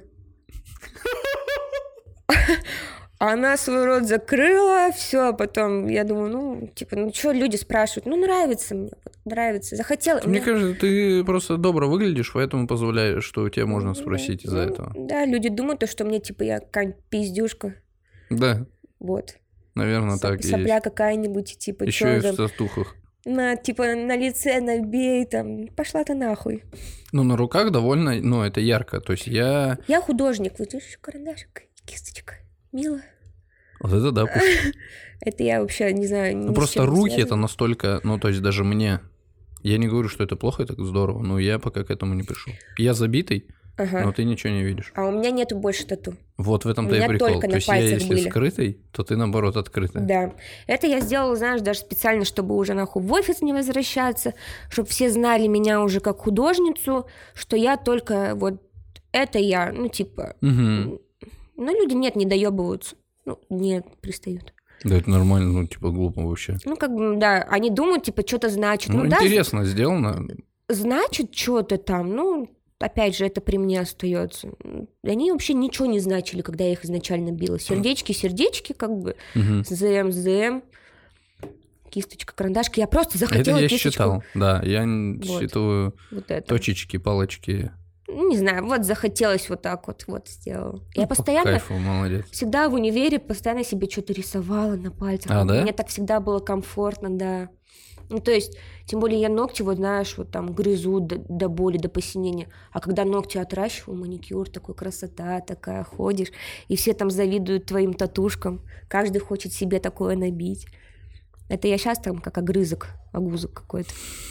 Она свой рот закрыла, все, потом я думаю, ну, типа, ну, что люди спрашивают? Ну, нравится мне, нравится, захотела. Мне мне... кажется, ты просто добро выглядишь, поэтому позволяешь, что у тебя можно спросить да, из-за ну, этого. Да, люди думают, что мне, типа, я какая-нибудь пиздюшка. Да. Вот. Наверное, Соп- так и сопля есть. какая-нибудь, типа, еще и в татухах. На, типа, на лице набей, там, пошла ты нахуй. Ну, на руках довольно, ну, это ярко, то есть я... Я художник, вот видишь, карандашик, кисточка, мило. Вот это да, пусть. Это я вообще не знаю. Ну, просто руки это настолько, ну, то есть даже мне, я не говорю, что это плохо, это здорово, но я пока к этому не пришел. Я забитый, ага. но ты ничего не видишь. А у меня нету больше тату. Вот в этом-то и прикол. То есть я, если были. скрытый, то ты, наоборот, открытый. Да. Это я сделала, знаешь, даже специально, чтобы уже нахуй в офис не возвращаться, чтобы все знали меня уже как художницу, что я только вот это я, ну, типа... Угу. Ну, люди, нет, не доебываются. Ну, не пристают. Да это нормально, ну, типа, глупо вообще. Ну, как бы, да, они думают, типа, что-то значит. Ну, ну интересно да, сделано. Значит, что-то там, ну, опять же, это при мне остается. Они вообще ничего не значили, когда я их изначально била. Сердечки, сердечки, как бы, угу. ЗМ, ЗМ, кисточка, карандашка. Я просто захотела это я кисточку. считал, да, я вот. считаю вот это. точечки, палочки. Не знаю, вот захотелось вот так вот, вот сделала. Ну, я постоянно, кайфу, молодец. всегда в универе постоянно себе что-то рисовала на пальцах. А, да? Мне так всегда было комфортно, да. Ну, то есть, тем более я ногти, вот знаешь, вот там грызу до, до боли, до посинения. А когда ногти отращиваю, маникюр, такой красота такая, ходишь, и все там завидуют твоим татушкам. Каждый хочет себе такое набить. Это я сейчас там как огрызок, огузок какой-то.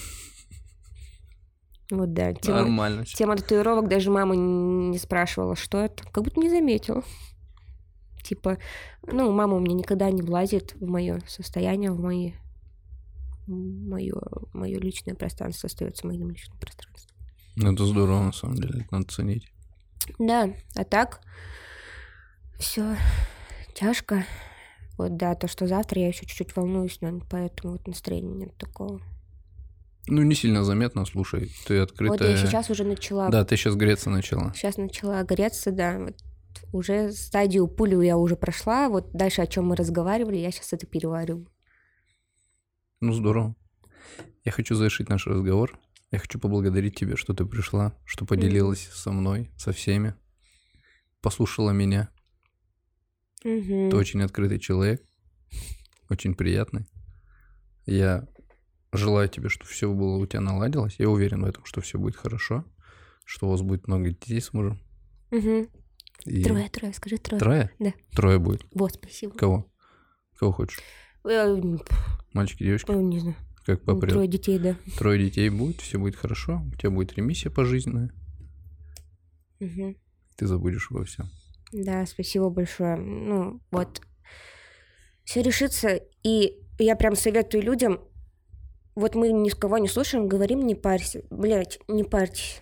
Вот, да. Тема, Нормально. Тема татуировок, даже мама не спрашивала, что это. Как будто не заметила. Типа, ну, мама у меня никогда не влазит в мое состояние, в мои... Мое, мое личное пространство остается моим личным пространством. Ну, это здорово, на самом деле, это надо ценить. Да, а так все тяжко. Вот, да, то, что завтра я еще чуть-чуть волнуюсь, наверное, поэтому вот настроения нет такого. Ну, не сильно заметно, слушай, ты открытая. Вот я сейчас уже начала. Да, ты сейчас греться начала. Сейчас начала греться, да. Вот уже стадию пулю я уже прошла. Вот дальше, о чем мы разговаривали, я сейчас это перевариваю. Ну, здорово. Я хочу завершить наш разговор. Я хочу поблагодарить тебя, что ты пришла, что поделилась mm-hmm. со мной, со всеми, послушала меня. Mm-hmm. Ты очень открытый человек, очень приятный. Я желаю тебе, чтобы все было у тебя наладилось. Я уверен в этом, что все будет хорошо, что у вас будет много детей с мужем. Mm-hmm. И... Трое, трое, скажи трое. Трое? Да. Трое будет. Вот, спасибо. Кого? Кого хочешь? Мальчики, девочки? Ну, не знаю. Как попрет. Трое детей, да. Трое детей будет, все будет хорошо. У тебя будет ремиссия пожизненная. Угу. Ты забудешь обо всем. Да, спасибо большое. Ну, вот. Все решится. И я прям советую людям. Вот мы ни с кого не слушаем, говорим, не парься. Блять, не парьтесь.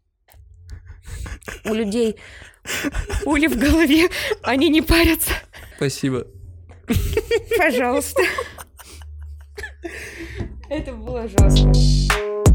У людей пули в голове, они не парятся. Спасибо. Пожалуйста. Это было жестко.